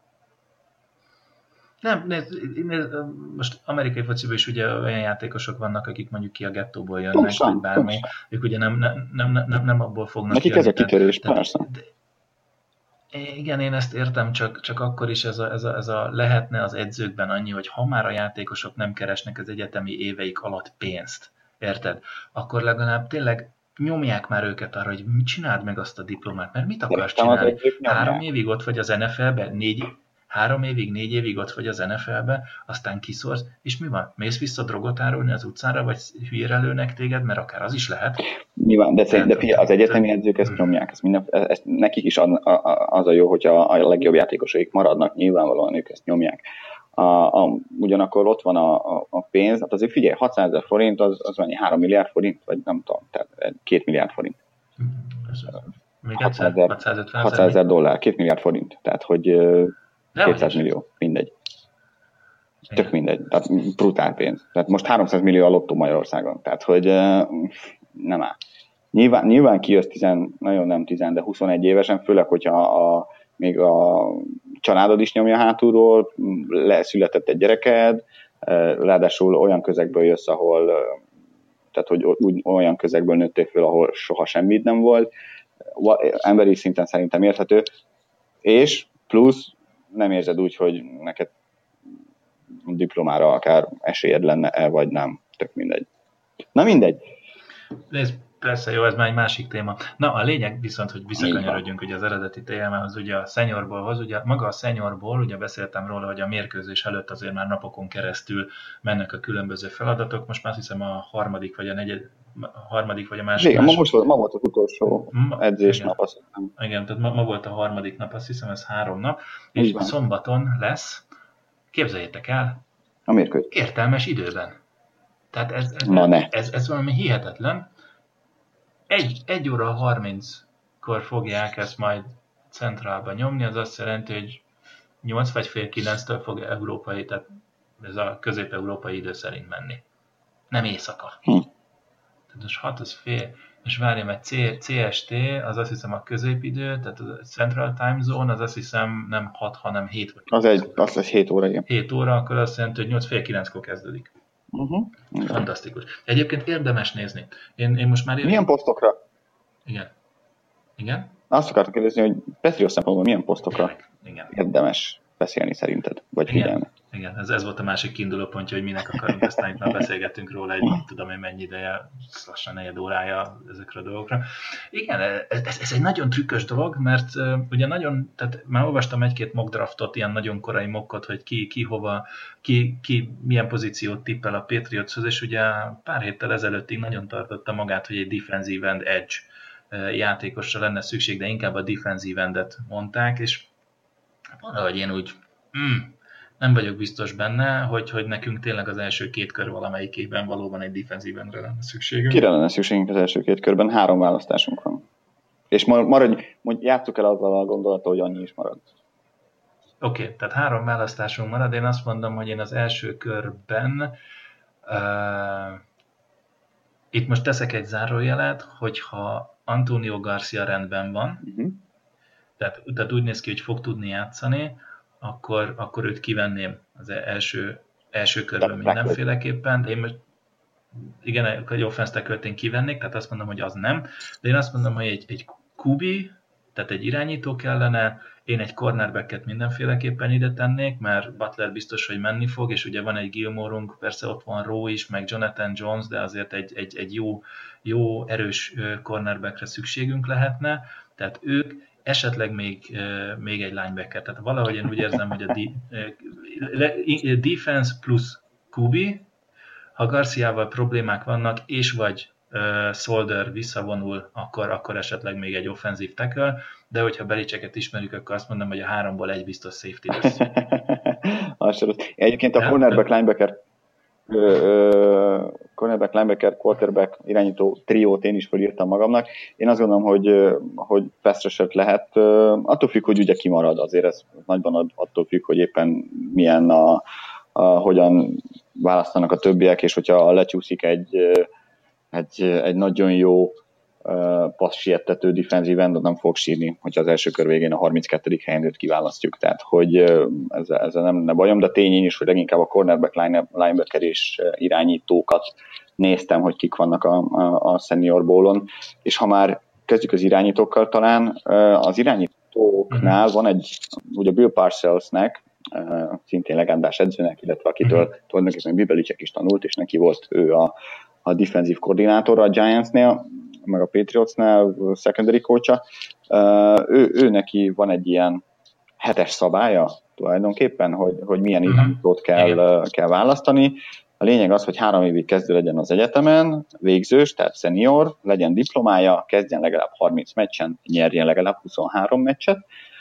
Nem, nézd, nézd, most amerikai fociban is ugye olyan játékosok vannak, akik mondjuk ki a gettóból jönnek, pontosan, vagy bármi. Pontosan. Ők ugye nem, nem, nem, nem, nem abból fognak nekik jönni. Nekik ez a kitörés, de, persze. De, igen, én ezt értem, csak, csak akkor is ez a, ez, a, ez a lehetne az edzőkben annyi, hogy ha már a játékosok nem keresnek az egyetemi éveik alatt pénzt, érted? Akkor legalább tényleg nyomják már őket arra, hogy csináld meg azt a diplomát, mert mit akarsz csinálni? Három évig ott vagy az en ef el-ben, négy Három évig, négy évig ott vagy az en ef el-be, aztán kiszorsz, és mi van? Mész vissza drogot árulni az utcára, vagy hülyére lőnek téged, mert akár az is lehet. Nyilván, de, de figyelj, az egyetemi edzők ezt nyomják, ezt minden, ezt, nekik is ad, a, az a jó, hogyha a legjobb játékosaik maradnak, nyilvánvalóan ők ezt nyomják. A, a, ugyanakkor ott van a, a, a pénz, hát azért figyelj, hatszázezer forint, az, az annyi három milliárd forint, vagy nem tudom, tehát két milliárd forint. hatszázezer dollár, két milliárd forint, tehát hogy kétszáz millió, mindegy. Tök mindegy, tehát brutál pénz. Tehát most háromszáz millió a lottó Magyarországon, tehát hogy nem áll. Nyilván, nyilván kijössz tizen, nagyon nem tizen, de huszonegy évesen, főleg, hogyha a, még a családod is nyomja hátulról, leszületett egy gyereked, ráadásul olyan közegből jössz, ahol, tehát hogy úgy, olyan közegből nőttél föl, ahol soha semmit nem volt, emberi szinten szerintem érthető, és plusz nem érzed úgy, hogy neked diplomára akár esélyed lenne-e, vagy nem. Tök mindegy. Na mindegy. Nézd, persze, jó, ez már egy másik téma. Na, a lényeg viszont, hogy visszakanyarodjunk ugye az eredeti témához, ugye a seniorból, ugye maga a seniorból, ugye beszéltem róla, hogy a mérkőzés előtt azért már napokon keresztül mennek a különböző feladatok, most már azt hiszem a harmadik vagy a negyed, a harmadik vagy a második. Igen, ma, most volt, ma volt az utolsó edzésnap, azt hiszem. Igen, tehát ma, ma volt a harmadik nap, azt hiszem, ez három nap, és igen. Szombaton lesz, képzeljétek el, a mérkőzés. Értelmes időben. Tehát ez, ez, ez, ez, ez valami hihetetlen. Egy, egy óra harminckor fogják ezt majd centrálba nyomni, az azt jelenti, hogy nyolc vagy fél kilenctől fog európai, tehát ez a közép-európai idő szerint menni. Nem éjszaka. Hm. Tehát most hat az fél, és várjam, egy cé es té, az azt hiszem a középidő, tehát a Central Time Zone, az azt hiszem nem hat, hanem hét vagy. Az egy, az lesz hét óra, igen. hét óra, akkor azt jelenti, hogy nyolc fél kilenckor kezdődik. Uh-huh. Fantasztikus. Egyébként érdemes nézni. Én, én most már... Ér... Milyen posztokra? Igen. Igen? Azt akartam kérdezni, hogy Patriot szempontból milyen posztokra igen. érdemes beszélni szerinted, vagy igen. figyelni? Igen, ez, ez volt a másik kiinduló pontja, hogy minek akarunk, aztán itt már beszélgettünk róla, egy nem tudom én mennyi ideje, lassan negyed órája ezekre a dolgokra. Igen, ez, ez egy nagyon trükkös dolog, mert uh, ugye nagyon, tehát már olvastam egy-két mock draftot, ilyen nagyon korai mockot, hogy ki, ki hova, ki, ki milyen pozíciót tippel a Patriotshoz, és ugye pár héttel ezelőttig nagyon tartotta magát, hogy egy defensive end edge játékosra lenne szükség, de inkább a defensive endet mondták, és valahogy én úgy mm, nem vagyok biztos benne, hogy, hogy nekünk tényleg az első két kör valamelyikében valóban egy defensive endre lenne szükségünk. Kire lenne szükségünk az első két körben? Három választásunk van. És maradj, játsszuk el azzal a gondolattal, hogy annyi is marad. Oké, okay, tehát három választásunk marad. Én azt mondom, hogy én az első körben uh, itt most teszek egy zárójelet, hogyha Antonio Garcia rendben van, uh-huh. tehát, tehát úgy néz ki, hogy fog tudni játszani, akkor, akkor őt kivenném az első, első körben mindenféleképpen. De én most, igen, egy offense tackle-t én kivennék, tehát azt mondom, hogy az nem. De én azt mondom, hogy egy, egy Q B, tehát egy irányító kellene, én egy cornerbacket mindenféleképpen ide tennék, mert Butler biztos, hogy menni fog, és ugye van egy Gilmore-unk, persze ott van Rowe is, meg Jonathan Jones, de azért egy, egy, egy jó, jó, erős cornerbackre szükségünk lehetne, tehát ők, esetleg még, még egy linebacker, tehát valahogy én úgy érzem, hogy a defense plusz Q B, ha Garciával problémák vannak, és vagy Uh, Solder visszavonul, akkor, akkor esetleg még egy offensive tackle, de hogyha Belichicket ismerjük, akkor azt mondom, hogy a háromból egy biztos safety lesz. Egyébként a cornerback linebacker cornerback, linebacker, quarterback irányító triót én is felírtam magamnak. Én azt gondolom, hogy, hogy pass lehet. Attól függ, hogy ugye kimarad, azért ez nagyban attól függ, hogy éppen milyen a, a hogyan választanak a többiek, és hogyha lecsúszik egy, egy, egy nagyon jó passz siettető defensive end, nem fog sírni, hogyha az első kör végén a harminckettedik helyen őt kiválasztjuk. Tehát, hogy ezzel, ezzel nem lenne bajom, de tény is, hogy leginkább a cornerback, linebacker és irányítókat néztem, hogy kik vannak a, a, a senior bowlon, és ha már kezdjük az irányítókkal talán, az irányítóknál van egy, ugye Bill Parcellsnek, szintén legendás edzőnek, illetve akitől tulajdonképpen Bill Belichick is tanult, és neki volt ő a, a defensív koordinátora a Giantsnél, meg a Patriotsnál, secondary coacha, ő, ő neki van egy ilyen hetes szabálya tulajdonképpen, hogy, hogy milyen irányítót kell, kell választani. A lényeg az, hogy három évig kezdő legyen az egyetemen, végzős, tehát senior, legyen diplomája, kezdjen legalább harminc meccsen, nyerjen legalább huszonhárom meccset.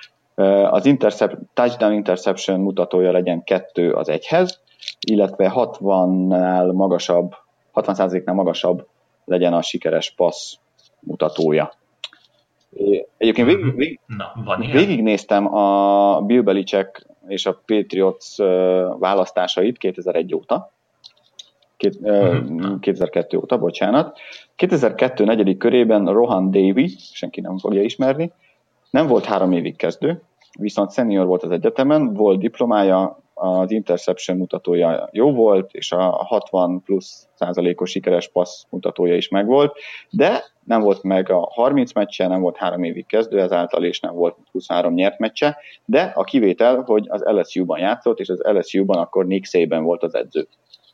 Az intercept, touchdown interception mutatója legyen kettő az egyhez, illetve hatvannál magasabb, hatvan százaléknál magasabb legyen a sikeres passz mutatója. Egyébként végig, végig, Na, végignéztem a Bill Belichick és a Patriots választásait kétezer-egy óta, Két, uh-huh. kétezer-kettő óta, bocsánat. kétezer-kettő negyedik körében Rohan Davey, senki nem fogja ismerni, nem volt három évig kezdő, viszont senior volt az egyetemen, volt diplomája, az interception mutatója jó volt, és a hatvan plusz százalékos sikeres passz mutatója is megvolt, de nem volt meg a harminc meccse, nem volt három évig kezdő, ezáltal és nem volt huszonhárom nyert meccse, de a kivétel, hogy az el es u-ban játszott, és az el es u-ban akkor Nick Saban volt az edző.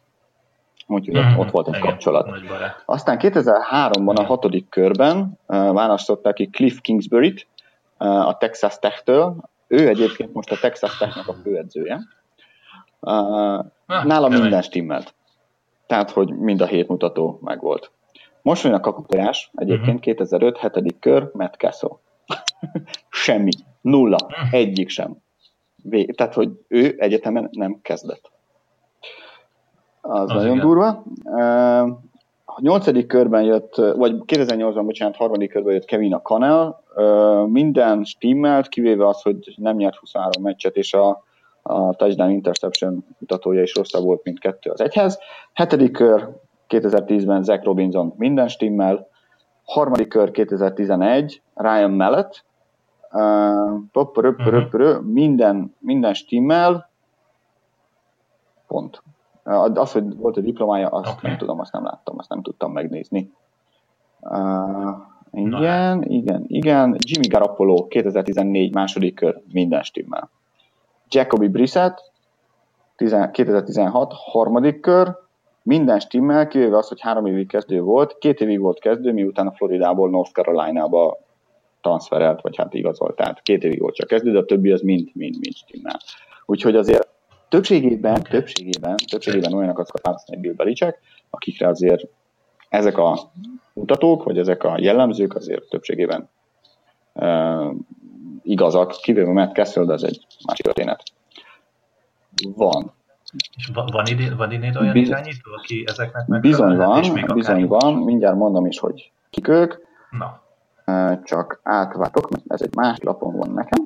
Úgyhogy mm-hmm. ott volt egy igen, kapcsolat. Aztán kétezer-háromban a hatodik körben uh, választották ki Cliff Kingsbury-t uh, a Texas Tech-től. Ő egyébként most a Texas Tech-nek a főedzője. Uh, ah, nála minden stimmelt. Tehát, hogy mind a hét mutató megvolt. Most jön a kakuktojás, egyébként uh-huh. kétezer-öt, hetedik kör, Matt Castle. Semmi. Nulla. Uh-huh. Egyik sem. Vég. Tehát, hogy ő egyetemen nem kezdett. Az, az nagyon igen. durva. Uh, a nyolcadik körben jött, vagy kétezer-nyolcban, bocsánat, harmadik körben jött Kevin a Connell. Uh, minden stimmelt, kivéve az, hogy nem nyert huszonhárom meccset, és a a touchdown interception mutatója is rosszabb volt, mint kettő az egyhez. Hetedik kör kétezer-tízben Zach Robinson minden stimmel. Harmadik kör kétezer-tizenegy Ryan Mallett. Uh, uh-huh. minden, minden stimmel. Pont. Uh, az, hogy volt a diplomája, azt okay. nem tudom, azt nem láttam, azt nem tudtam megnézni. Uh, igen, Na. igen, igen. Jimmy Garoppolo kétezer-tizennégy második kör minden stimmel. Jacoby Brissett, kétezer-tizenhat, harmadik kör, minden stimmel, kivéve az, hogy három évig kezdő volt, két évig volt kezdő, miután a Floridából North Carolina-ba transferelt, vagy hát igazolt, tehát két évig volt csak kezdő, de a többi az mind, mind, mind stimmel. Úgyhogy azért többségében, többségében, többségében olyanokat szokott választani Bill Belichick, akikre azért ezek a mutatók, vagy ezek a jellemzők azért többségében uh, igazak, kivéve Matt Castle, de ez egy másik történet. Van. És van idén, van idén olyan Biz... irányító, aki ezeknek meg bizony van, és még bizony van, mindjárt mondom is, hogy kik ők. Na. Csak átváltok, mert ez egy más lapon van nekem.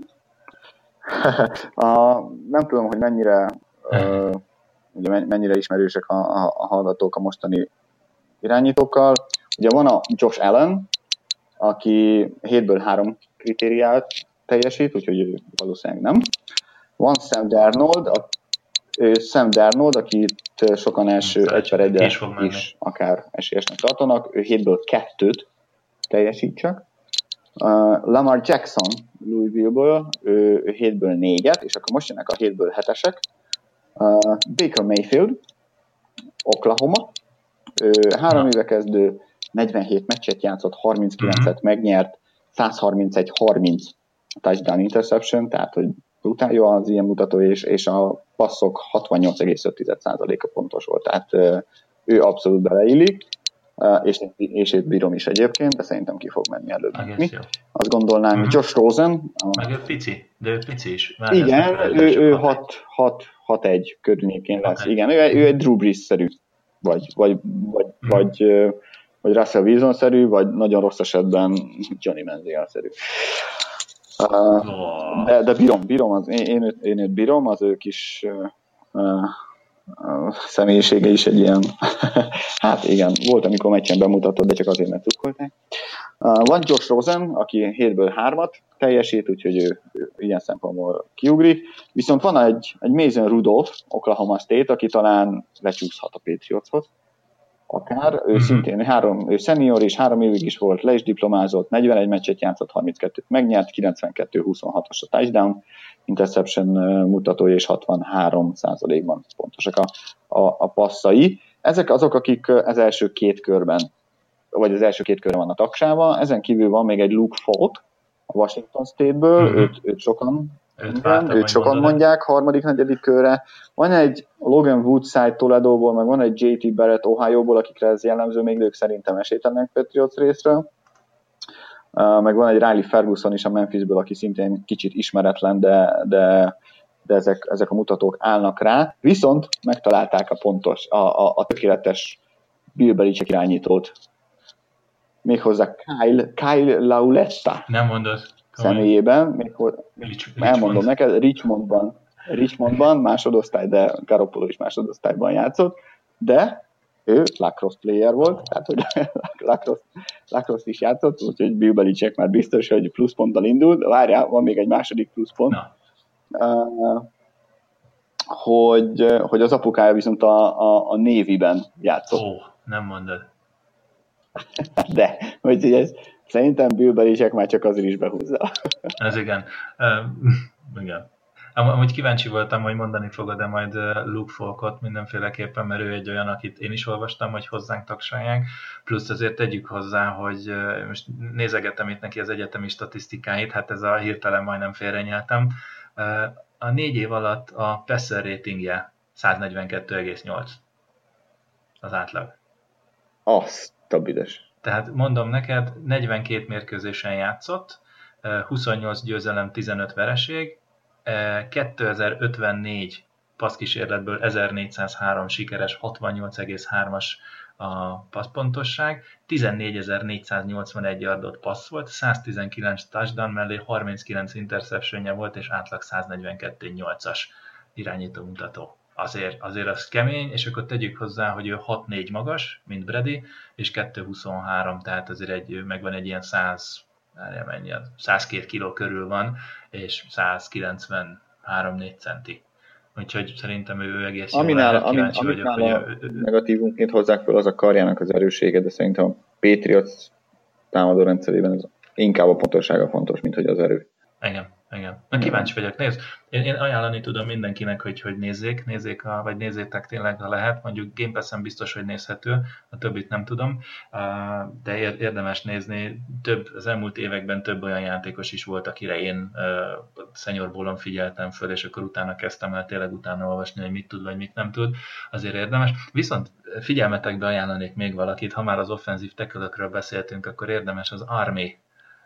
a, nem tudom, hogy mennyire uh, ugye mennyire ismerősek a, a, a hallgatók a mostani irányítókkal. Ugye van a Josh Allen, aki hétből három kritériát teljesít, úgyhogy valószínűleg nem. Van Sam Darnold, a, ő Sam Darnold, akit sokan első egy per egyre is, is akár esélyesnek tartanak, ő hétből kettőt teljesít csak. Uh, Lamar Jackson Louisville-ből, ő, ő hétből négyet, és akkor most jönnek a hétből hetesek. Uh, Baker Mayfield, Oklahoma, ő három éve kezdő, negyvenhét meccset játszott, harminckilencet megnyert, száz harmincegy harminc touchdown interception, tehát hogy brutál jó az ilyen mutató, és, és a passzok hatvannyolc egész öt százaléka pontos volt, tehát ő abszolút beleillik, és, és itt bírom is egyébként, de szerintem ki fog menni előbb. Mi? Azt gondolnám, hogy Josh Rosen. Meg ő pici, de ő pici is. Már igen, ő, ő hat egy környékén lesz. Igen, ő, ő egy Drew Brees-szerű, vagy, vagy, vagy vagy, vagy Russell Wilson-szerű, vagy nagyon rossz esetben Johnny Manziel-szerű. Uh, de, de bírom, bírom, az, én, én, őt, én őt bírom, az ő kis uh, uh, személyisége is egy ilyen, hát igen, volt, amikor meccsen bemutatott, de csak azért, mert cukkolták. Uh, van Josh Rosen, aki hétből hármat teljesít, úgyhogy ő, ő ilyen szempontból kiugrik. Viszont van egy, egy Mason Rudolph, Oklahoma State, aki talán lecsúszhat a Patriotshoz. Akár, ő mm-hmm. szintén három, ő senior és három évig is volt, le is diplomázott, negyvenegy meccset játszott, harminckettőt megnyert, kilencvenkettő huszonhatos a touchdown, interception mutatója és hatvanhárom százalékban pontosak a, a, a passzai. Ezek azok, akik az első két körben, vagy az első két körben van a tagsában, ezen kívül van még egy Luke Falk, a Washington State-ből, mm-hmm. őt, őt sokan Őt, igen, őt sokan mondják, harmadik, negyedik körre. Van egy Logan Woodside Toledóból, meg van egy jé té Barrett Ohioból, akikre ez jellemző, még ők szerintem esélytelenek Patriots részről. Uh, meg van egy Riley Ferguson is a Memphisből, aki szintén kicsit ismeretlen, de, de, de ezek, ezek a mutatók állnak rá. Viszont megtalálták a pontos, a, a, a tökéletes Bill Belichick irányítót. Méghozzá Kyle, Kyle Lauletta. Nem mondod. Személyében, még Rich, elmondom Richmond. neked, Richmondban, Richmondban másodosztály, de Garoppolo is másodosztályban játszott, de ő lacrosse player volt, tehát hogy lacrosse, lacrosse is játszott, úgyhogy Bill Belichick már biztos, hogy pluszponttal indult, de várjál, van még egy második pluszpont, uh, hogy, hogy az apukája viszont a, a, a Navy-ben játszott. Ó, oh, nem mondod. De, hogy ez szerintem Bill Belichick már csak azért is behúzza. Ez igen. Uh, igen. Amúgy kíváncsi voltam, hogy mondani fogod-e majd Luke Falkot mindenféleképpen, mert ő egy olyan, akit én is olvastam, hogy hozzánk tagsolják. Plusz azért tegyük hozzá, hogy most nézegetem itt neki az egyetemi statisztikáit, hát ez a hirtelen majdnem félrenyeltem. A négy év alatt a passer ratingje száznegyvenkettő egész nyolc az átlag. Azt a büdös. Tehát mondom neked, negyvenkét mérkőzésen játszott, huszonnyolc győzelem, tizenöt vereség, kétezer-ötvennégy passzkísérletből ezernégyszázhárom sikeres, hatvannyolc egész hármas a passzpontosság, tizennégyezer-négyszáznyolcvanegy yardot passz volt, száztizenkilenc touchdown mellé harminckilenc interceptionje volt, és átlag száznegyvenkettő egész nyolcas irányító mutató. Azért, azért az kemény, és akkor tegyük hozzá, hogy ő hat négy magas, mint Brady, és kettő huszonhárom, tehát azért egy, megvan egy ilyen száz, mennyi, százkettő kiló körül van, és százkilencvenhárom négy centi. Úgyhogy szerintem ő egész jól lehet. Kíváncsi vagyok, hogy ő, ő, negatívunként hozzák fel, az a karjának az erősége, de szerintem a Patriots támadó rendszerében ez inkább a pontossága fontos, mint hogy az erő. Igen. Igen. Na, kíváncsi vagyok. Nézd, én, én ajánlani tudom mindenkinek, hogy, hogy nézzék, nézzék a, vagy nézzétek tényleg, ha lehet. Mondjuk Game Pass-en biztos, hogy nézhető, a többit nem tudom, de érdemes nézni. Több, az elmúlt években több olyan játékos is volt, akire én uh, Senior Bowl-on figyeltem föl, és akkor utána kezdtem el tényleg utána olvasni, hogy mit tud, vagy mit nem tud. Azért érdemes. Viszont figyelmetekbe ajánlanék még valakit, ha már az offenzív tackle-ökről beszéltünk, akkor érdemes az Army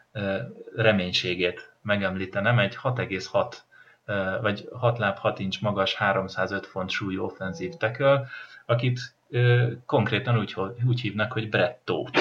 reménységét megemlítenem, egy hat egész hat vagy hat láb hat incs magas, háromszázöt font súlyú offenzív tackle, akit konkrétan úgy, úgy hívnak, hogy Brett Tóth.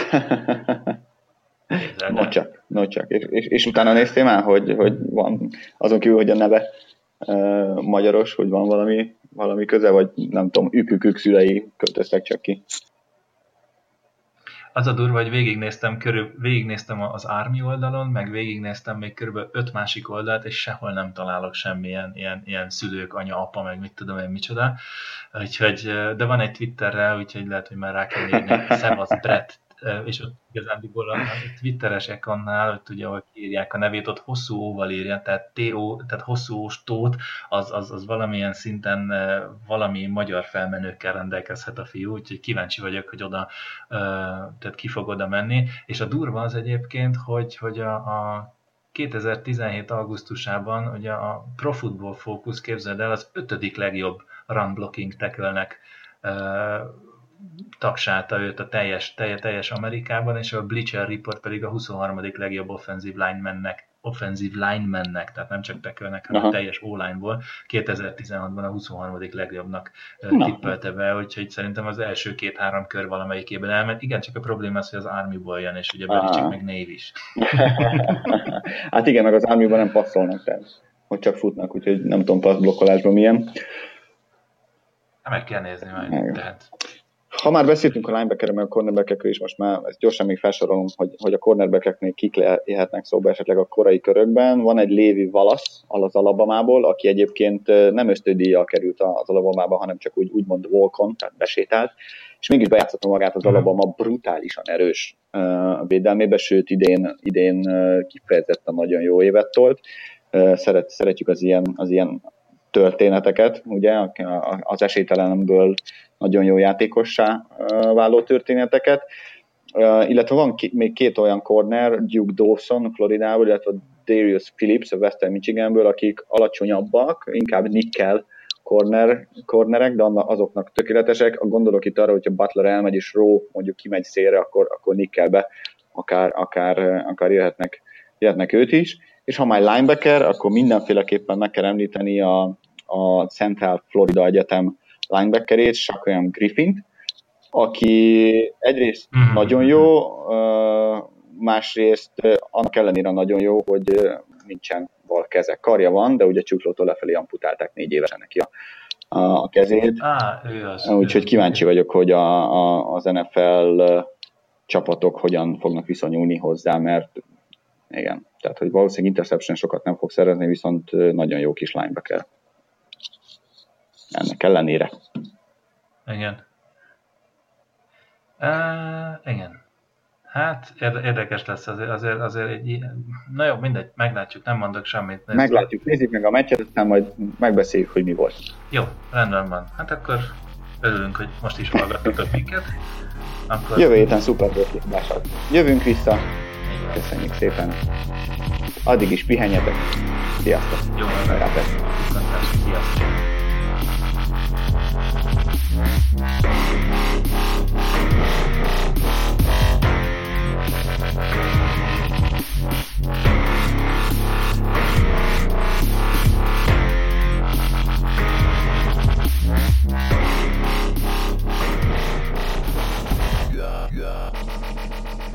No csak, no csak. És, és, és utána néztél már, hogy, hogy van azon kívül, hogy a neve uh, magyaros, hogy van valami, valami köze, vagy nem tudom, ükükük szülei költöztek csak ki. Az a durva, hogy végignéztem, körül, végignéztem az Army oldalon, meg végignéztem még körülbelül öt másik oldalt, és sehol nem találok semmilyen ilyen, ilyen szülők, anya, apa, meg mit tudom én, micsoda. Úgyhogy, de van egy Twitterrel, úgyhogy lehet, hogy már rá kell írni, Szevasz Brett, és ott igazándiból a Twitteres accountnál, ott ugye, ahol írják a nevét, ott hosszú óval írja, tehát té o, tehát hosszú ós Tóth, az, az, az valamilyen szinten valami magyar felmenőkkel rendelkezhet a fiú, úgyhogy kíváncsi vagyok, hogy oda, tehát ki fog oda menni. És a durva az egyébként, hogy, hogy a, a kétezer-tizenhét augusztusában ugye a Pro Football Focus, képzeld el, az ötödik legjobb run blocking tackle-nek tagsálta őt a teljes, teljes, teljes Amerikában, és a Bleacher Report pedig a huszonharmadik legjobb offensive linemannek offenzív linemennek, tehát nem csak tackle-nek, hanem Aha. teljes O-line-ból kétezer-tizenhatban a huszonharmadik legjobbnak Na. tippelte be, úgyhogy szerintem az első két-három kör valamelyikében elment. Igen, csak a probléma az, hogy az Army-ból jön, és ugye Belichick meg Navy is. Hát igen, meg az Army-ban nem passzolnak, tehát hogy csak futnak, úgyhogy nem tudom passzblokkolásban milyen. Meg kell nézni majd. Tehát. Ha már beszéltünk a linebackerről, meg a cornerbackekről is, most már ezt gyorsan még felsorolom, hogy, hogy a cornerbackeknél kik lehetnek szóba esetleg a korai körökben. Van egy Levi Wallace az Alabamából, aki egyébként nem ösztödíjjal került az Alabamába, hanem csak úgy, úgymond walk-on, tehát besétált, és mégis bejátszotta magát az Alabama brutálisan erős uh, védelmébe, sőt idén, idén uh, kifejezetten nagyon jó évet tolt. Uh, szeret, szeretjük az ilyen, az ilyen történeteket, ugye, az esélytelenemből nagyon jó játékossá váló történeteket, illetve van még két olyan corner, Duke Dawson Floridából, illetve Darius Phillips a Western Michiganből, akik alacsonyabbak, inkább nickel corner, cornerek, de azoknak tökéletesek. Gondolok itt arra, hogyha Butler elmegy és Rowe mondjuk kimegy szélre, akkor, akkor nickelbe akár, akár, akár jöhetnek, jöhetnek őt is. És ha már linebacker, akkor mindenféleképpen meg kell említeni a, a Central Florida Egyetem linebackerét, Shaquem Griffint, aki egyrészt mm-hmm. nagyon jó, másrészt annak ellenére nagyon jó, hogy nincsen bal keze. Karja van, de ugye csuklótól lefelé amputálták négy évesen neki a, a kezét. Ah, Úgyhogy kíváncsi vagyok, hogy a, a, az en ef el csapatok hogyan fognak viszonyulni hozzá, mert igen, tehát hogy valószínűleg interception sokat nem fog szerezni, viszont nagyon jó kis linebacker. Ennek ellenére. Igen. Uh, igen. Hát érdekes lesz azért, azért, azért egy ilyen... Na jó, mindegy, meglátjuk, nem mondok semmit. Nézzük. Meglátjuk, nézzük meg a meccset, aztán majd megbeszéljük, hogy mi volt. Jó, rendben van. Hát akkor örülünk, hogy most is hallgattatok minket. Akkor... Jövő héten szuper volt. Jövünk vissza. Köszönjük szépen. Addig is pihenjetek. Sziasztok. Jó, meglátjuk. Sziasztok. Yeah, yeah.